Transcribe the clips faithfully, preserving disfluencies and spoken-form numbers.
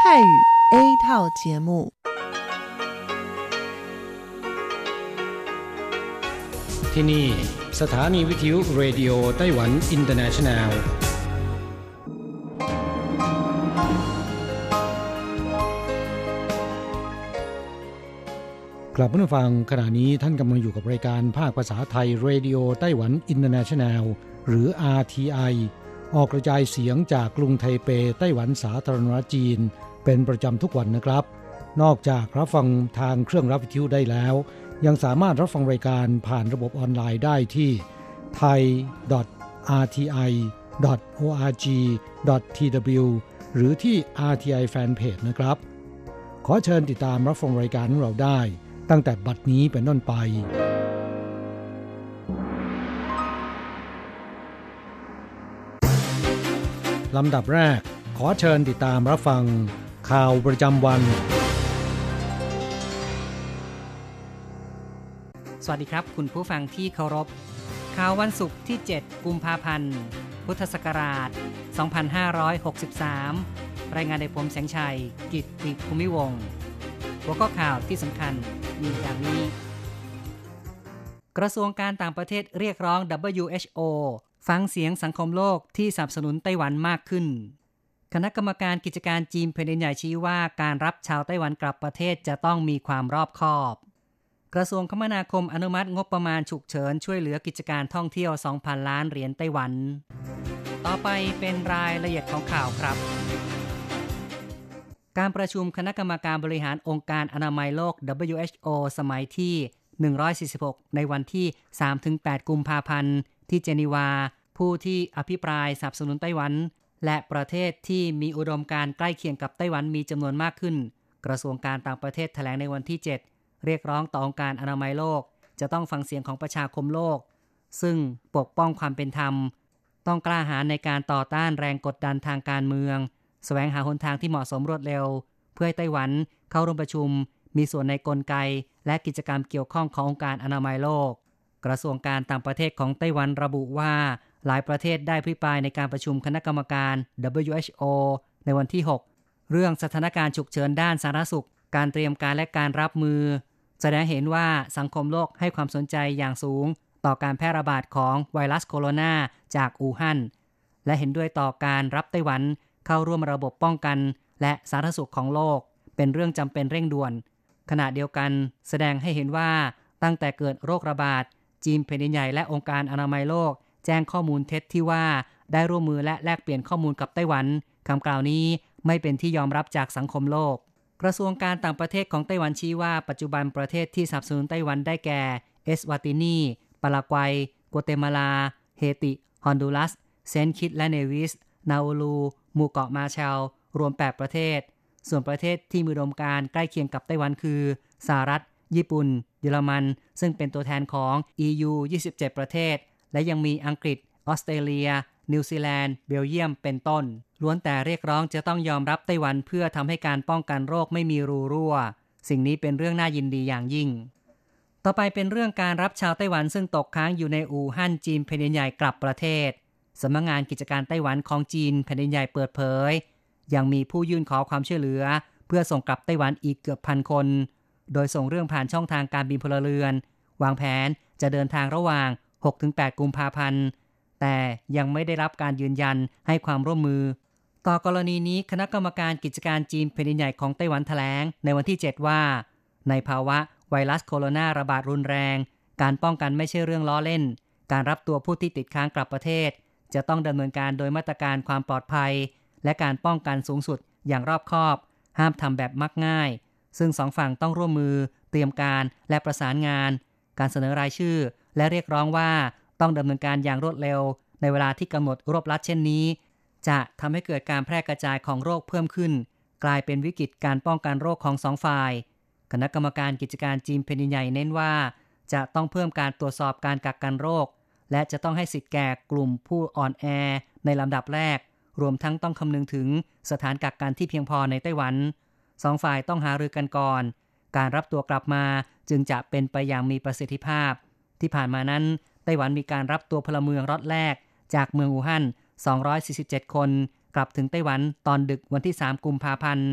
泰语 A 套节目ที่นี่สถานีวิทยุเรดิโอไต้หวันอินเตอร์เนชั่นแนลกลับมาฟังขณะนี้ท่านกำลังอยู่กับรายการภาคภาษาไทยเรดิโอไต้หวันอินเตอร์เนชั่นแนลหรือ อาร์ ที ไอ ออกกระจายเสียงจากกรุงไทเปไต้หวันสาธารณรัฐจีนเป็นประจำทุกวันนะครับนอกจากรับฟังทางเครื่องรับวิทยุได้แล้วยังสามารถรับฟังรายการผ่านระบบออนไลน์ได้ที่ ไทย ดอท อาร์ ที ไอ ดอท โอ อาร์ จี ดอท ที ดับเบิลยู หรือที่ อาร์ ที ไอ Fanpage นะครับขอเชิญติดตามรับฟังรายการของเราได้ตั้งแต่บัดนี้เป็นต้นไปลำดับแรกขอเชิญติดตามรับฟังข่าวประจำวันสวัสดีครับคุณผู้ฟังที่เคารพข่าววันศุกร์ที่เจ็ดกุมภาพันธ์พุทธศักราชสองพันห้าร้อยหกสิบสามรายงานโดยผมแสงชัยกิตติภูมิวงศ์หัวข้อข่าวที่สำคัญมีดังนี้กระทรวงการต่างประเทศเรียกร้อง ดับเบิลยู เอช โอ ฟังเสียงสังคมโลกที่สนับสนุนไต้หวันมากขึ้นคณะกรรมการกิจการจีนแผ่นดินใหญ่ชี้ว่าการรับชาวไต้หวันกลับประเทศจะต้องมีความรอบคอบกระทรวงคมนาคมอนุมัติงบประมาณฉุกเฉินช่วยเหลือกิจการท่องเที่ยว สองพัน ล้านเหรียญไต้หวันต่อไปเป็นรายละเอียดของข่าวครับการประชุมคณะกรรมการบริหารองค์การอนามัยโลก ดับเบิลยู เอช โอ สมัยที่หนึ่งร้อยสี่สิบหกในวันที่ สามถึงแปด กุมภาพันธ์ที่เจนีวาผู้ที่อภิปรายสนับสนุนไต้หวันและประเทศที่มีอุดมการณ์ใกล้เคียงกับไต้หวันมีจำนวนมากขึ้นกระทรวงการต่างประเทศแถลงในวันที่เจ็ดเรียกร้องต่อองค์การอนามัยโลกจะต้องฟังเสียงของประชาคมโลกซึ่งปกป้องความเป็นธรรมต้องกล้าหาญในการต่อต้านแรงกดดันทางการเมืองแสวงหาหนทางที่เหมาะสมรวดเร็วเพื่อให้ไต้หวันเข้าร่วมประชุมมีส่วนในกลไกและกิจกรรมเกี่ยวข้องขององค์การอนามัยโลกกระทรวงการต่างประเทศของไต้หวันระบุว่าหลายประเทศได้อภิปรายในการประชุมคณะกรรมการ ดับเบิลยู เอช โอ ในวันที่หกเรื่องสถานการณ์ฉุกเฉินด้านสาธารณสุขการเตรียมการและการรับมือแสดงเห็นว่าสังคมโลกให้ความสนใจอย่างสูงต่อการแพร่ระบาดของไวรัสโคโรนาจากอู่ฮั่นและเห็นด้วยต่อการรับไต้หวันเข้าร่วมระบบป้องกันและสาธารณสุขของโลกเป็นเรื่องจำเป็นเร่งด่วนขณะเดียวกันแสดงให้เห็นว่าตั้งแต่เกิดโรคระบาดจีนแผ่นดินใหญ่และองค์การอนามัยโลกแจ้งข้อมูลเท็จที่ว่าได้ร่วมมือและแลกเปลี่ยนข้อมูลกับไต้หวันคำกล่าวนี้ไม่เป็นที่ยอมรับจากสังคมโลกกระทรวงการต่างประเทศของไต้หวันชี้ว่าปัจจุบันประเทศที่สนับสนุนไต้หวันได้แก่เอสวาตินีปารากวัยกัวเตมาลาเฮติฮอนดูรัสเซนต์คิตและเนวิสนาอูรูหมู่เกาะมาร์แชลรวมแปดประเทศส่วนประเทศที่มีอุดมการณ์ใกล้เคียงกับไต้หวันคือสหรัฐญี่ปุ่นเยอรมันซึ่งเป็นตัวแทนของ อี ยู ยี่สิบเจ็ด ประเทศและยังมีอังกฤษออสเตรเลียนิวซีแลนด์เบลเยียมเป็นต้นล้วนแต่เรียกร้องจะต้องยอมรับไต้หวันเพื่อทำให้การป้องกันโรคไม่มีรูรั่วสิ่งนี้เป็นเรื่องน่ายินดีอย่างยิ่งต่อไปเป็นเรื่องการรับชาวไต้หวันซึ่งตกค้างอยู่ในอู่ฮั่นจีนแผ่นดินใหญ่กลับประเทศสำนักงานกิจการไต้หวันของจีนแผ่นดินใหญ่เปิดเผยยังมีผู้ยื่นขอความช่วยเหลือเพื่อส่งกลับไต้หวันอีกเกือบพันคนโดยส่งเรื่องผ่านช่องทางการบินพลเรือนวางแผนจะเดินทางระหว่าง หกถึงแปด กุมภาพันธ์แต่ยังไม่ได้รับการยืนยันให้ความร่วมมือต่อกรณีนี้คณะกรรมการกิจการจีนแผ่นดินใหญ่ของไต้หวันแถลงในวันที่เจ็ดว่าในภาวะไวรัสโคโรนาระบาดรุนแรงการป้องกันไม่ใช่เรื่องล้อเล่นการรับตัวผู้ที่ติดค้างกลับประเทศจะต้องดำเนินการโดยมาตรการความปลอดภัยและการป้องกันสูงสุดอย่างรอบคอบห้ามทำแบบมักง่ายซึ่งสองฝั่งต้องร่วมมือเตรียมการและประสานงานการเสนอรายชื่อและเรียกร้องว่าต้องดำเนินการอย่างรวดเร็วในเวลาที่กำหนดรวบรัดเช่นนี้จะทำให้เกิดการแพร่กระจายของโรคเพิ่มขึ้นกลายเป็นวิกฤตการป้องกันโรคของสองฝ่ายคณะกรรมการกิจการจีนแผ่นดินใหญ่เน้นว่าจะต้องเพิ่มการตรวจสอบการกักกันโรคและจะต้องให้สิทธิ์แก่กลุ่มผู้อ่อนแอในลำดับแรกรวมทั้งต้องคำนึงถึงสถานกักกันที่เพียงพอในไต้หวันสองฝ่ายต้องหารือกันก่อนการรับตัวกลับมาจึงจะเป็นไปอย่างมีประสิทธิภาพที่ผ่านมานั้นไต้หวันมีการรับตัวพลเมืองล็อตแรกจากเมืองอู่ฮั่นสองร้อยสี่สิบเจ็ดคนกลับถึงไต้หวันตอนดึกวันที่สามกุมภาพันธ์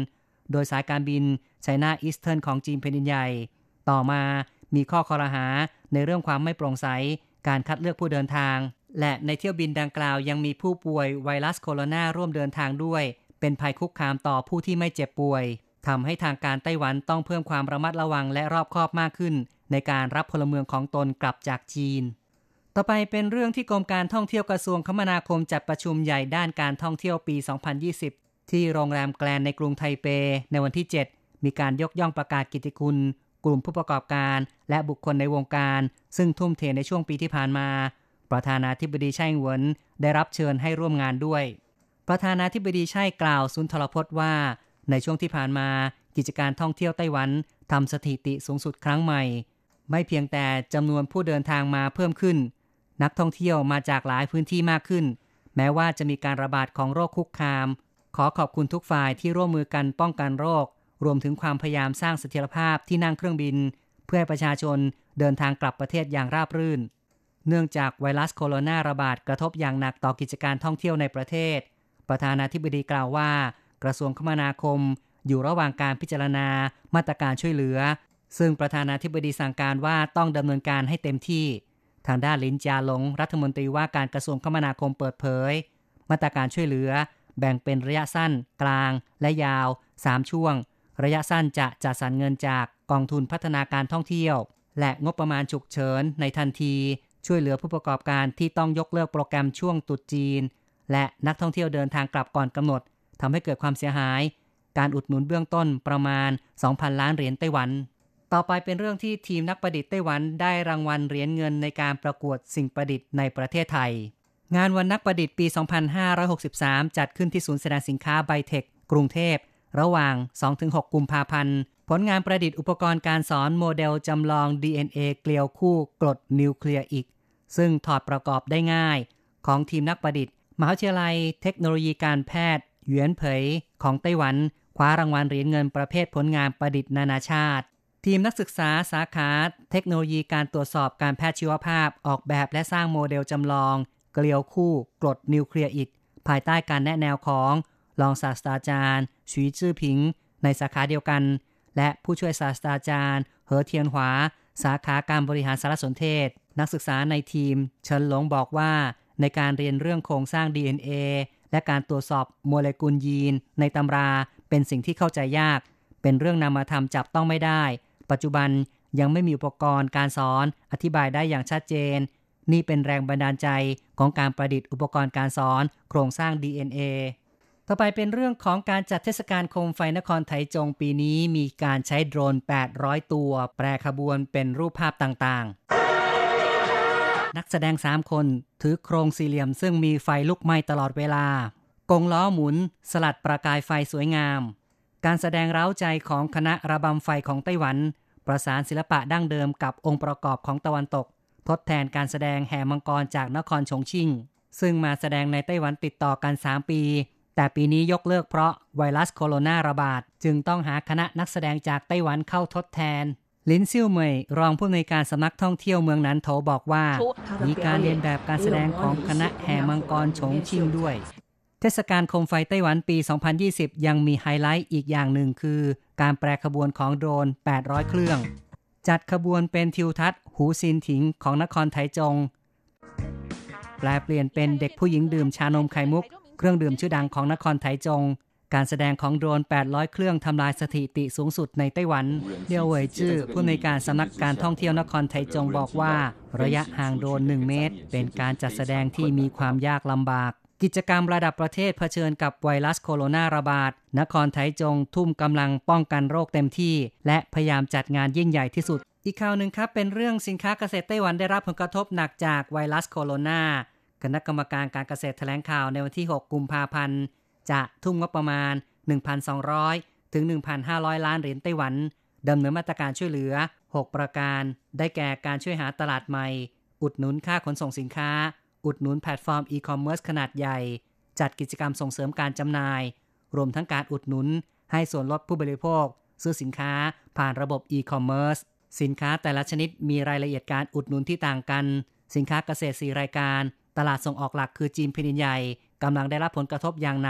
โดยสายการบิน China Eastern ของจีนแผ่นดินใหญ่ต่อมามีข้อคอรหาในเรื่องความไม่โปร่งใสการคัดเลือกผู้เดินทางและในเที่ยวบินดังกล่าวยังมีผู้ป่วยไวรัสโคโรนาร่วมเดินทางด้วยเป็นภัยคุกคามต่อผู้ที่ไม่เจ็บป่วยทำให้ทางการไต้หวันต้องเพิ่มความระมัดระวังและรอบคอบมากขึ้นในการรับพลเมืองของตนกลับจากจีนต่อไปเป็นเรื่องที่กรมการท่องเที่ยวกระทรวงคมนาคมจัดประชุมใหญ่ด้านการท่องเที่ยวปี สองพันยี่สิบ ที่โรงแรมแกรนด์ในกรุงไทเปในวันที่ เจ็ดมีการยกย่องประกาศกิตติคุณกลุ่มผู้ประกอบการและบุคคลในวงการซึ่งทุ่มเทในช่วงปีที่ผ่านมาประธานาธิบดีไช่อิงเหวินได้รับเชิญให้ร่วมงานด้วยประธานาธิบดีไช่กล่าวสุนทรพจน์ว่าในช่วงที่ผ่านมากิจการท่องเที่ยวไต้หวันทำสถิติสูงสุดครั้งใหม่ไม่เพียงแต่จำนวนผู้เดินทางมาเพิ่มขึ้นนักท่องเที่ยวมาจากหลายพื้นที่มากขึ้นแม้ว่าจะมีการระบาดของโรคคุกคามขอขอบคุณทุกฝ่ายที่ร่วมมือกันป้องกันโรครวมถึงความพยายามสร้างเสถียรภาพที่นั่งเครื่องบินเพื่อให้ประชาชนเดินทางกลับประเทศอย่างราบรื่นเนื่องจากไวรัสโคโรนาระบาดกระทบอย่างหนักต่อกิจการท่องเที่ยวในประเทศประธานาธิบดีกล่าวว่ากระทรวงคมนาคมอยู่ระหว่างการพิจารณามาตรการช่วยเหลือซึ่งประธานาธิบดีสั่งการว่าต้องดำเนินการให้เต็มที่ทางด้านลินจาหลงรัฐมนตรีว่าการกระทรวงคมนาคมเปิดเผยมาตรการช่วยเหลือแบ่งเป็นระยะสั้นกลางและยาวสามช่วงระยะสั้นจะจัดสรรเงินจากกองทุนพัฒนาการท่องเที่ยวและงบประมาณฉุกเฉินในทันทีช่วยเหลือผู้ประกอบการที่ต้องยกเลิกโปรแกรมช่วงตรุษจีนและนักท่องเที่ยวเดินทางกลับก่อนกำหนดทำให้เกิดความเสียหายการอุดหนุนเบื้องต้นประมาณ สองพัน ล้านเหรียญไต้หวันต่อไปเป็นเรื่องที่ทีมนักประดิษฐ์ไต้หวันได้รางวัลเหรียญเงินในการประกวดสิ่งประดิษฐ์ในประเทศไทยงานวันนักประดิษฐ์ปี สองพันห้าร้อยหกสิบสาม จัดขึ้นที่ศูนย์แสดงสินค้าไบเทคกรุงเทพระหว่าง สองถึงหก กุมภาพันธ์ผลงานประดิษฐ์อุปกรณ์การสอนโมเดลจำลอง ดี เอ็น เอ เกลียวคู่กรดนิวเคลียร์อีกซึ่งถอดประกอบได้ง่ายของทีมนักประดิษฐ์มหาวิทยาลัยเทคโนโลยีการแพทย์หยวนเผยของไต้หวันคว้ารางวัลเหรียญเงินประเภทผลงานประดิษฐ์นานาชาติทีมนักศึกษาสาขาเทคโนโลยีการตรวจสอบการแพทย์ชีวภาพออกแบบและสร้างโมเดลจำลองเกลียวคู่กรดนิวเคลียร์อีกภายใต้การแนะแนวของรองศาสตราจารย์ฉุยจื้อผิงในสาขาเดียวกันและผู้ช่วยศาสตราจารย์เหอเทียนหวาสาขาการบริหารสารสนเทศนักศึกษาในทีมเฉินหลงบอกว่าในการเรียนเรื่องโครงสร้าง ดี เอ็น เอ และการตรวจสอบโมเลกุลยีนในตำราเป็นสิ่งที่เข้าใจยากเป็นเรื่องนามธรรมจับต้องไม่ได้ปัจจุบันยังไม่มีอุปกรณ์การสอนอธิบายได้อย่างชัดเจนนี่เป็นแรงบันดาลใจของการประดิษฐ์อุปกรณ์การสอนโครงสร้าง ดี เอ็น เอ ต่อไปเป็นเรื่องของการจัดเทศกาลโคมไฟนครไถจงปีนี้มีการใช้โดรนแปดร้อยตัวแปรขบวนเป็นรูปภาพต่างๆนักแสดงสามคนถือโครงสี่เหลี่ยมซึ่งมีไฟลุกไหม้ตลอดเวลากงล้อหมุนสลัดประกายไฟสวยงามการแสดงเร้าใจของคณะระบำไฟของไต้หวันประสานศิลปะดั้งเดิมกับองค์ประกอบของตะวันตกทดแทนการแสดงแห่มังกรจากนครฉงชิ่งซึ่งมาแสดงในไต้หวันติดต่อกันสามปีแต่ปีนี้ยกเลิกเพราะไวรัสโคโรนาระบาดจึงต้องหาคณะนักแสดงจากไต้หวันเข้าทดแทนลินซิ่วเหมยรองผู้อำนวยการสำนักท่องเที่ยวเมืองนั้นโถบอกว่ามีการเรียนแบบการแสดงของคณะแห่มังกรฉงชิ่งด้วยเทศกาลโคมไฟไต้หวันปี สองพันยี่สิบ ยังมีไฮไลท์อีกอย่างหนึ่งคือการแปรขบวนของโดรนแปดร้อยเครื่องจัดขบวนเป็นทิวทัศน์หูซินถิงของนครไถจงแปลเปลี่ยนเป็นเด็กผู้หญิงดื่มชานมไข่มุกเครื่องดื่มชื่อดังของนครไถจงการแสดงของโดรนแปดร้อยเครื่องทำลายสถิติสูงสุดในไต้หวันเลี่ยวเหวยจื้อผู้อำนวยการสำนักการท่องเที่ยวนครไถจงบอกว่าระยะห่างโดรนหนึ่งเมตรเป็นการจัดแสดงที่มีความยากลำบากกิจกรรมระดับประเทศเผชิญกับไวรัสโคโรนาระบาดนครไถจงทุ่มกำลังป้องกันโรคเต็มที่และพยายามจัดงานยิ่งใหญ่ที่สุดอีกข่าวหนึ่งครับเป็นเรื่องสินค้าเกษตรไต้หวันได้รับผลกระทบหนักจากไวรัสโคโรนาคณะกรรมการการเกษตรแถลงข่าวในวันที่หกกุมภาพันธ์จะทุ่มงบประมาณ หนึ่งพันสองร้อย ถึง หนึ่งพันห้าร้อย ล้านเหรียญไต้หวันดำเนินมาตรการช่วยเหลือหกประการได้แก่การช่วยหาตลาดใหม่อุดหนุนค่าขนส่งสินค้าอุดหนุนแพลตฟอร์มอีคอมเมิร์ซขนาดใหญ่จัดกิจกรรมส่งเสริมการจำหน่ายรวมทั้งการอุดหนุนให้ส่วนลดผู้บริโภคซื้อสินค้าผ่านระบบอีคอมเมิร์ซสินค้าแต่ละชนิดมีรายละเอียดการอุดหนุนที่ต่างกันสินค้าเกษตรสี่รายการตลาดส่งออกหลักคือจีนแผ่นดินใหญ่กำลังได้รับผลกระทบอย่างหนัก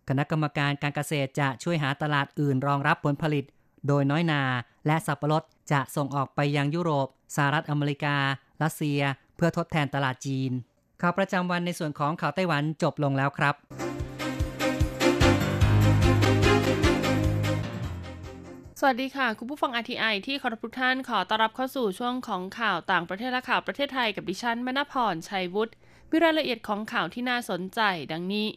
คณะกรรมการการเกษตรจะช่วยหาตลาดอื่นรองรับผลผลิตโดยน้อยนาและสับปะรดจะส่งออกไปยังยุโรปสหรัฐอเมริการัสเซียเพื่อทดแทนตลาดจีนข่าวประจำวันในส่วนของข่าวไต้หวันจบลงแล้วครับสวัสดีค่ะคุณผู้ฟัง อาร์ ที ไอ ที่เคารพทุกท่านขอต้อนรับเข้าสู่ช่วงของข่าวต่างประเทศและข่าวประเทศไทยกับดิฉันมณพรชัยวุฒิมีรายละเอียดของข่าวที่น่าสนใจดังนี้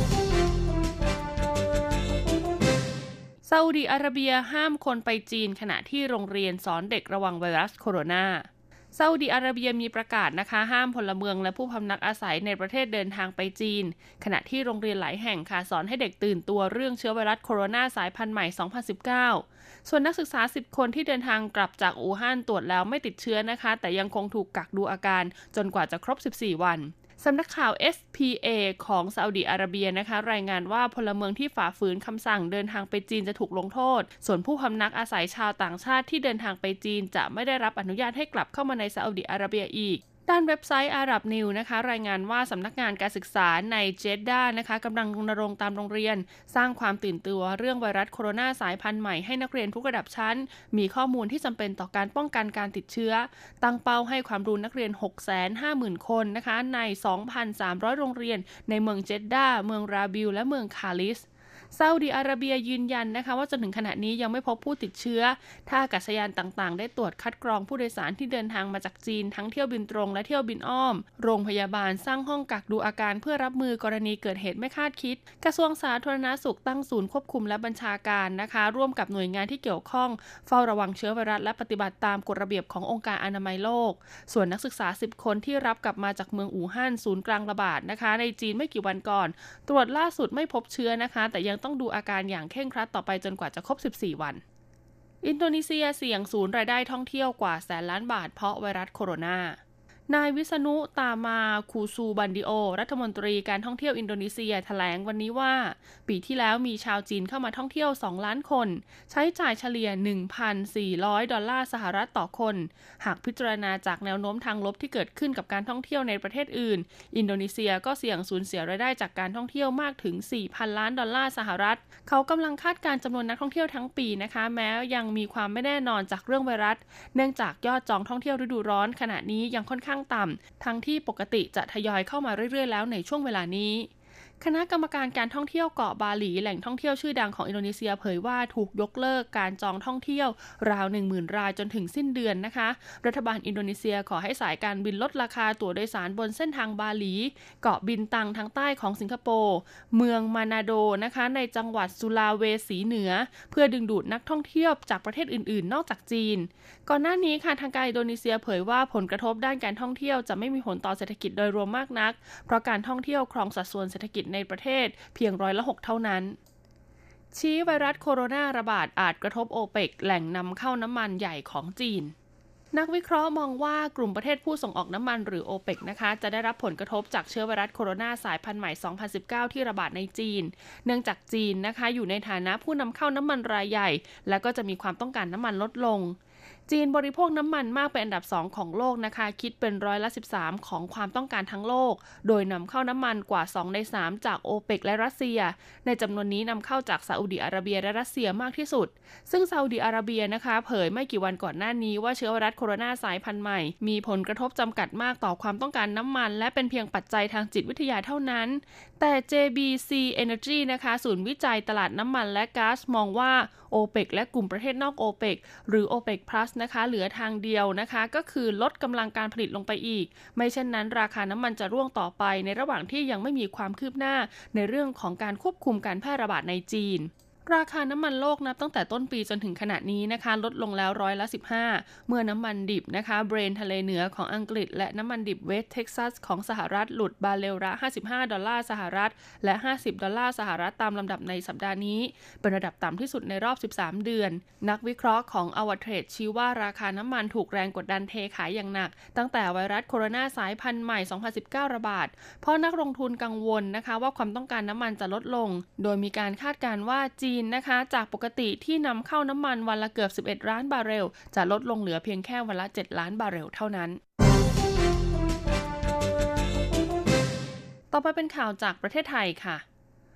ซาอุดิอาระเบียห้ามคนไปจีนขณะที่โรงเรียนสอนเด็กระวังไวรัสโคโรนาซาอุดิอาระเบียมีประกาศนะคะห้ามพลเมืองและผู้พำนักอาศัยในประเทศเดินทางไปจีนขณะที่โรงเรียนหลายแห่งค่ะสอนให้เด็กตื่นตัวเรื่องเชื้อไวรัสโคโรนาสายพันธุ์ใหม่สองพันสิบเก้าส่วนนักศึกษาสิบคนที่เดินทางกลับจากอู่ฮั่นตรวจแล้วไม่ติดเชื้อนะคะแต่ยังคงถูกกักดูอาการจนกว่าจะครบสิบสี่วันสำนักข่าว เอส พี เอ ของซาอุดิอาระเบียนะคะรายงานว่าพลเมืองที่ฝ่าฝืนคำสั่งเดินทางไปจีนจะถูกลงโทษส่วนผู้พำนักอาศัยชาวต่างชาติที่เดินทางไปจีนจะไม่ได้รับอนุญาตให้กลับเข้ามาในซาอุดิอาระเบียอีกด้านเว็บไซต์อาหรับนิวนะคะรายงานว่าสำนักงานการศึกษาในเจดดาห์นะคะกำลังรณรงค์ตามโรงเรียนสร้างความตื่นตัวเรื่องไวรัสโคโรนาสายพันธุ์ใหม่ให้นักเรียนทุกระดับชั้นมีข้อมูลที่จำเป็นต่อการป้องกันการติดเชื้อตั้งเป้าให้ความรู้นักเรียน หกแสนห้าหมื่น คนนะคะใน สองพันสามร้อย โรงเรียนในเมืองเจดดาห์เมืองราบิลและเมืองคาลิสซาอุดิอาระเบียยืนยันนะคะว่าจนถึงขณะนี้ยังไม่พบผู้ติดเชื้อท่าอากาศยานต่างๆได้ตรวจคัดกรองผู้โดยสารที่เดินทางมาจากจีนทั้งเที่ยวบินตรงและเที่ยวบินอ้อมโรงพยาบาลสร้างห้องกักดูอาการเพื่อรับมือกรณีเกิดเหตุไม่คาดคิดกระทรวงสาธารณสุขตั้งศูนย์ควบคุมและบัญชาการนะคะร่วมกับหน่วยงานที่เกี่ยวข้องเฝ้าระวังเชื้อไวรัสและปฏิบัติตามกฎระเบียบขององค์การอนามัยโลกส่วนนักศึกษาสิบคนที่รับกลับมาจากเมืองอู่ฮั่นศูนย์กลางระบาดนะคะในจีนไม่กี่วันก่อนตรวจล่าสุดไม่พบเชื้อนะคะแต่ยังต้องดูอาการอย่างเคร่งครัดต่อไปจนกว่าจะครบสิบสี่วันอินโดนีเซียเสี่ยงสูญรายได้ท่องเที่ยวกว่าแสนล้านบาทเพราะไวรัสโคโรนานายวิษณุตามาคูซูบันดิโอรัฐมนตรีการท่องเที่ยวอินโดนีเซียแถลงวันนี้ว่าปีที่แล้วมีชาวจีนเข้ามาท่องเที่ยวสองล้านคนใช้จ่ายเฉลี่ย หนึ่งพันสี่ร้อย ดอลลาร์สหรัฐต่อคนหากพิจารณาจากแนวโน้มทางลบที่เกิดขึ้นกับการท่องเที่ยวในประเทศอื่นอินโดนีเซียก็เสี่ยงสูญเสียรายได้จากการท่องเที่ยวมากถึง สี่พัน ล้านดอลลาร์สหรัฐเขากำลังคาดการณ์จำนวนนักท่องเที่ยวทั้งปีนะคะแม้ยังมีความไม่แน่นอนจากเรื่องไวรัสเนื่องจากยอดจองท่องเที่ยวฤดูร้อนขณะนี้ยังค่อนข้างต่ำทั้งที่ปกติจะทยอยเข้ามาเรื่อยๆแล้วในช่วงเวลานี้คณะกรรมการการท่องเที่ยวเกาะบาหลีแหล่งท่องเที่ยวชื่อดังของอินโดนีเซียเผยว่าถูกยกเลิกการจองท่องเที่ยวราว หนึ่งหมื่น รายจนถึงสิ้นเดือนนะคะรัฐบาลอินโดนีเซียขอให้สายการบินลดราคาตั๋วโดยสารบนเส้นทางบาหลีเกาะบินตังทางใต้ของสิงคโปร์เมืองมานาโดนะคะในจังหวัดสุลาเวสีเหนือเพื่อดึงดูดนักท่องเที่ยวจากประเทศอื่นๆนอกจากจีนก่อนหน้านี้ค่ะทางการอินโดนีเซียเผยว่าผลกระทบด้านการท่องเที่ยวจะไม่มีผลต่อเศรษฐกิจโดยรวมมากนักเพราะการท่องเที่ยวครองสัดส่วนเศรษฐกิจในประเทศเพียงร้อยละหกเท่านั้นชี้ไวรัสโคโรนาระบาดอาจกระทบโอเปกแหล่งนำเข้าน้ำมันใหญ่ของจีนนักวิเคราะห์มองว่ากลุ่มประเทศผู้ส่งออกน้ำมันหรือโอเปกนะคะจะได้รับผลกระทบจากเชื้อไวรัสโคโรนาสายพันธุ์ใหม่สองพันสิบเก้าที่ระบาดในจีนเนื่องจากจีนนะคะอยู่ในฐานะผู้นำเข้าน้ำมันรายใหญ่และก็จะมีความต้องการน้ำมันลดลงจีนบริโภคน้ำมันมากเป็นอันดับสองของโลกนะคะคิดเป็นร้อยละสิบสามของความต้องการทั้งโลกโดยนำเข้าน้ำมันกว่าสองในสามจากโอเปกและรัสเซียในจำนวนนี้นำเข้าจากซาอุดิอาระเบียและรัสเซียมากที่สุดซึ่งซาอุดิอาระเบียนะคะเผยไม่กี่วันก่อนหน้านี้ว่าเชื้อไวรัสโคโรนาสายพันธุ์ใหม่มีผลกระทบจำกัดมากต่อความต้องการน้ำมันและเป็นเพียงปัจจัยทางจิตวิทยาเท่านั้นแต่ เจ บี ซี Energy นะคะศูนย์วิจัยตลาดน้ำมันและก๊าซมองว่าโอเปกและกลุ่มประเทศนอกโอเปกหรือ โอเปก พลัส นะคะเหลือทางเดียวนะคะก็คือลดกำลังการผลิตลงไปอีกไม่เช่นนั้นราคาน้ำมันจะร่วงต่อไปในระหว่างที่ยังไม่มีความคืบหน้าในเรื่องของการควบคุมการแพร่ระบาดในจีนราคาน้ำมันโลกนับตั้งแต่ต้นปีจนถึงขณะนี้นะคะลดลงแล้วร้อยละสิบห้าเมื่อน้ำมันดิบนะคะเบรนท์ทะเลเหนือของอังกฤษและน้ำมันดิบเวสต์เท็กซัสของสหรัฐหลุดบาร์เรลละห้าสิบห้าดอลลาร์สหรัฐและห้าสิบดอลลาร์สหรัฐตามลำดับในสัปดาห์นี้เป็นระดับต่ำที่สุดในรอบสิบสามเดือนนักวิเคราะห์ของ Our Trade ชี้ว่าราคาน้ำมันถูกแรงกดดันเทขายอย่างหนักตั้งแต่ไวรัสโคโรนาสายพันธุ์ใหม่สองพันสิบเก้าระบาดเพราะนักลงทุนกังวลนะคะว่าความต้องการน้ำมันจะลดลงโดยมีการคาดการณ์ว่าจีนนะคะจากปกติที่นำเข้าน้ำมันวันละเกือบสิบเอ็ดล้านบาร์เรลจะลดลงเหลือเพียงแค่วันละเจ็ดล้านบาร์เรลเท่านั้นต่อไปเป็นข่าวจากประเทศไทยค่ะ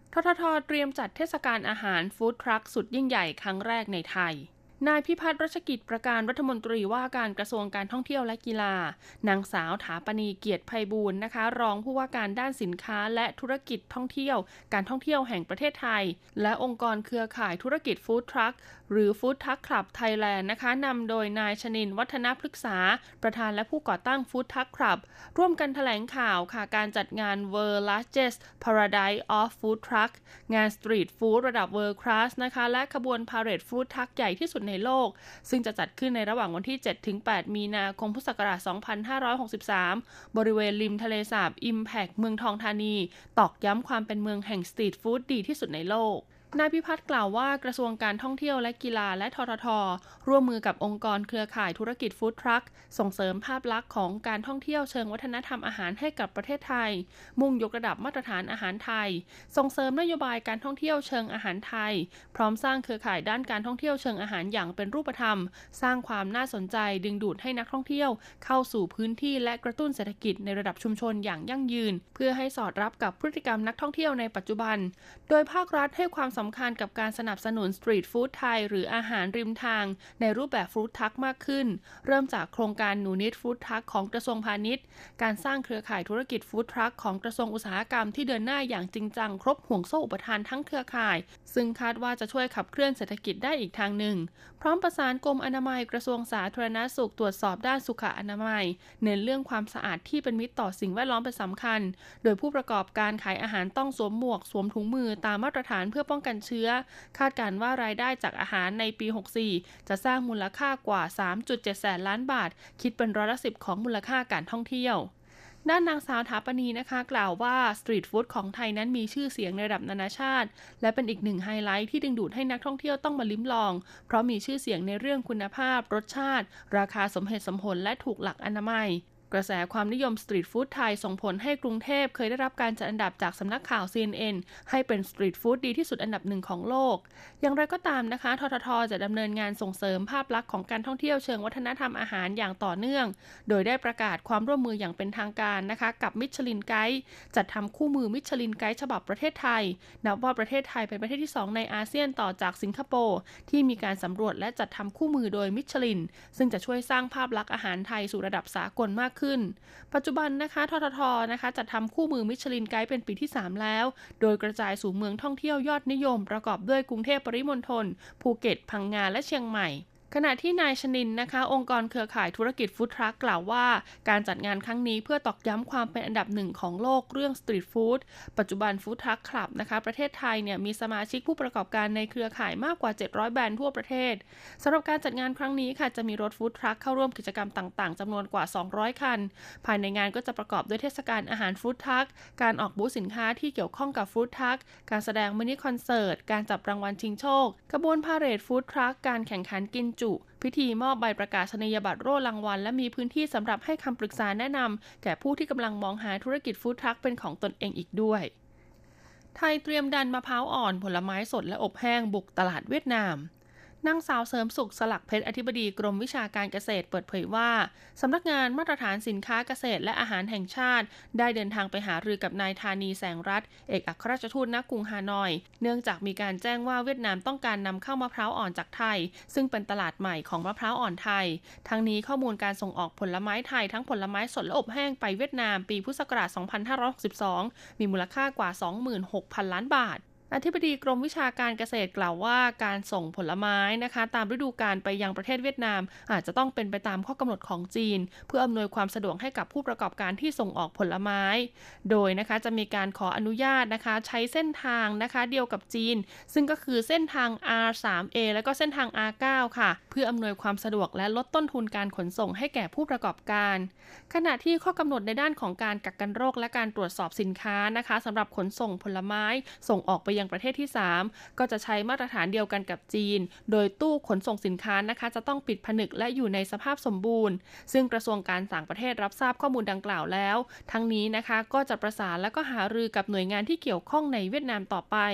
ททท.เตรียมจัดเทศกาลอาหารฟู้ดทรัคสุดยิ่งใหญ่ครั้งแรกในไทยนายพิพัฒน์รัชกิจประการรัฐมนตรีว่าการกระทรวงการท่องเที่ยวและกีฬานางสาวถาปณีเกียรติไพบูลย์นะคะรองผู้ว่าการด้านสินค้าและธุรกิจท่องเที่ยวการท่องเที่ยวแห่งประเทศไทยและองค์กรเครือข่ายธุรกิจฟู้ดทรัคหรือฟู้ดทรัคคลับไทยแลนด์นะคะนำโดยนายชนินทร์วัฒนพฤกษาประธานและผู้ก่อตั้งฟู้ดทรัคคลับร่วมกันแถลงข่าวค่ะการจัดงาน World Largest Paradise of Food Truck งานสตรีทฟู้ดระดับ World Class นะคะและขบวนพาเหรดฟู้ดทรัคใหญ่ที่สุดในโลกซึ่งจะจัดขึ้นในระหว่างวันที่ เจ็ดถึงแปด มีนาคมพุทธศักราช สองพันห้าร้อยหกสิบสาม บริเวณริมทะเลสาบ Impact เมืองทองธานีตอกย้ำความเป็นเมืองแห่งสตรีทฟู้ดดีที่สุดในโลกนายพิพัฒน์กล่าวว่ากระทรวงการท่องเที่ยวและกีฬาและททท.ร่วมมือกับองค์กรเครือข่ายธุรกิจฟู้ดทรัคส่งเสริมภาพลักษณ์ของการท่องเที่ยวเชิงวัฒนธรรมอาหารให้กับประเทศไทยมุ่งยกระดับมาตรฐานอาหารไทยส่งเสริมนโยบายการท่องเที่ยวเชิงอาหารไทยพร้อมสร้างเครือข่ายด้านการท่องเที่ยวเชิงอาหารอย่างเป็นรูปธรรมสร้างความน่าสนใจดึงดูดให้นักท่องเที่ยวเข้าสู่พื้นที่และกระตุ้นเศรษฐกิจในระดับชุมชนอย่างยั่งยืนเพื่อให้สอดรับกับพฤติกรรมนักท่องเที่ยวในปัจจุบันโดยภาครัฐให้ความสำคัญกับการสนับสนุนสตรีทฟู้ดไทยหรืออาหารริมทางในรูปแบบฟู้ดทรัคมากขึ้นเริ่มจากโครงการหนูนิดฟู้ดทรัคของกระทรวงพาณิชย์การสร้างเครือข่ายธุรกิจฟู้ดทรัคของกระทรวงอุตสาหกรรมที่เดินหน้าอย่างจริงจังครบห่วงโซ่อุปทานทั้งเครือข่ายซึ่งคาดว่าจะช่วยขับเคลื่อนเศรษฐกิจได้อีกทางหนึ่งพร้อมประสานกรมอนามัยกระทรวงสาธารณสุขตรวจสอบด้านสุขอนามัยเน้นเรื่องความสะอาดที่เป็นมิตรต่อสิ่งแวดล้อมเป็นสำคัญโดยผู้ประกอบการขายอาหารต้องสวมหมวกสวมถุงมือตามมาตรฐานเพื่อป้องกันเชื้อคาดการณ์ว่ารายได้จากอาหารในปี หกสิบสี่ จะสร้างมูลค่ากว่า สามจุดเจ็ด แสนล้านบาทคิดเป็นร้อยละสิบของมูลค่าการท่องเที่ยวด้านนางสาวถาปณีนะคะกล่าวว่าสตรีทฟู้ดของไทยนั้นมีชื่อเสียงในระดับนานาชาติและเป็นอีกหนึ่งไฮไลท์ที่ดึงดูดให้นักท่องเที่ยวต้องมาลิ้มลองเพราะมีชื่อเสียงในเรื่องคุณภาพรสชาติราคาสมเหตุสมผลและถูกหลักอนามัยกระแสความนิยมสตรีทฟู้ดไทยส่งผลให้กรุงเทพเคยได้รับการจัดอันดับจากสำนักข่าว ซี เอ็น เอ็น ให้เป็นสตรีทฟู้ดดีที่สุดอันดับหนึ่งของโลกอย่างไรก็ตามนะคะททท.จะดำเนินงานส่งเสริมภาพลักษณ์ของการท่องเที่ยวเชิงวัฒนธรรมอาหารอย่างต่อเนื่องโดยได้ประกาศความร่วมมืออย่างเป็นทางการนะคะกับมิชลินไกด์จัดทำคู่มือมิชลินไกด์ฉบับประเทศไทยนับว่าประเทศไทยเป็นประเทศที่สองในอาเซียนต่อจากสิงคโปร์ที่มีการสำรวจและจัดทำคู่มือโดยมิชลินซึ่งจะช่วยสร้างภาพลักษณ์อาหารไทยสู่ระดับสากลมากขึ้นปัจจุบันนะคะทททนะคะจัดทำคู่มือมิชลินไกด์เป็นปีที่สามแล้วโดยกระจายสู่เมืองท่องเที่ยวยอดนิยมประกอบด้วยกรุงเทพปริมณฑลภูเก็ตพังงาและเชียงใหม่ขณะที่นายชนินนะคะองค์กรเครือข่ายธุรกิจฟู้ดทรัคกล่าวว่าการจัดงานครั้งนี้เพื่อตอกย้ำความเป็นอันดับหนึ่งของโลกเรื่องสตรีทฟู้ดปัจจุบันฟู้ดทรัคคลับนะคะประเทศไทยเนี่ยมีสมาชิกผู้ประกอบการในเครือข่ายมากกว่าเจ็ดร้อยแบรนด์ทั่วประเทศสำหรับการจัดงานครั้งนี้ค่ะจะมีรถฟู้ดทรัคเข้าร่วมกิจกรรมต่างๆจำนวนกว่าสองร้อยคันภายในงานก็จะประกอบด้วยเทศกาลอาหารฟู้ดทรัคการออกบูธสินค้าที่เกี่ยวข้องกับฟู้ดทรัคการแสดงมินิคอนเสิร์ตการจับรางวัลชิงโชคขบวนพาเหรดฟู้ดทรัคการแข่งขันกินจุพิธีมอบใบประกาศนียบัตรโล่รางวัลและมีพื้นที่สำหรับให้คำปรึกษาแนะนำแก่ผู้ที่กำลังมองหาธุรกิจฟู้ดทรัคเป็นของตนเองอีกด้วยไทยเตรียมดันมะพร้าวอ่อนผลไม้สดและอบแห้งบุกตลาดเวียดนามนางสาวเสริมสุขสลักเพชรอธิบดีกรมวิชาการเกษตรเปิดเผยว่าสำนักงานมาตรฐานสินค้าเกษตรและอาหารแห่งชาติได้เดินทางไปหารือกับนายธานีแสงรัตน์เอกอัครราชทูตณกรุงฮานอยเนื่องจากมีการแจ้งว่าเวียดนามต้องการนำเข้ามะพร้าวอ่อนจากไทยซึ่งเป็นตลาดใหม่ของมะพร้าวอ่อนไทยทั้งนี้ข้อมูลการส่งออกผลไม้ไทยทั้งผลไม้สดและอบแห้งไปเวียดนามปีพุทธศักราชสองพันห้าร้อยหกสิบสองมีมูลค่ากว่า สองหมื่นหกพัน ล้านบาทอธิบดีกรมวิชาการเกษตรกล่าวว่าการส่งผลไม้นะคะตามฤดูกาลไปยังประเทศเวียดนามอาจจะต้องเป็นไปตามข้อกำหนดของจีนเพื่ออำนวยความสะดวกให้กับผู้ประกอบการที่ส่งออกผลไม้โดยนะคะจะมีการขออนุญาตนะคะใช้เส้นทางนะคะเดียวกับจีนซึ่งก็คือเส้นทาง อาร์ ทรี เอ แล้วก็เส้นทาง อาร์ ไนน์ ค่ะเพื่ออำนวยความสะดวกและลดต้นทุนการขนส่งให้แก่ผู้ประกอบการขณะที่ข้อกำหนดในด้านของการกักกันโรคและการตรวจสอบสินค้านะคะสำหรับขนส่งผลไม้ส่งออกไปยังประเทศที่สามก็จะใช้มาตรฐานเดียวกันกับจีนโดยตู้ขนส่งสินค้านะคะจะต้องปิดผนึกและอยู่ในสภาพสมบูรณ์ซึ่งกระทรวงการต่างประเทศรับทราบข้อมูลดังกล่าวแล้วทั้งนี้นะคะก็จะประสานและก็หารือกับหน่วยงานที่เกี่ยวข้องในเวียดนามต่อไป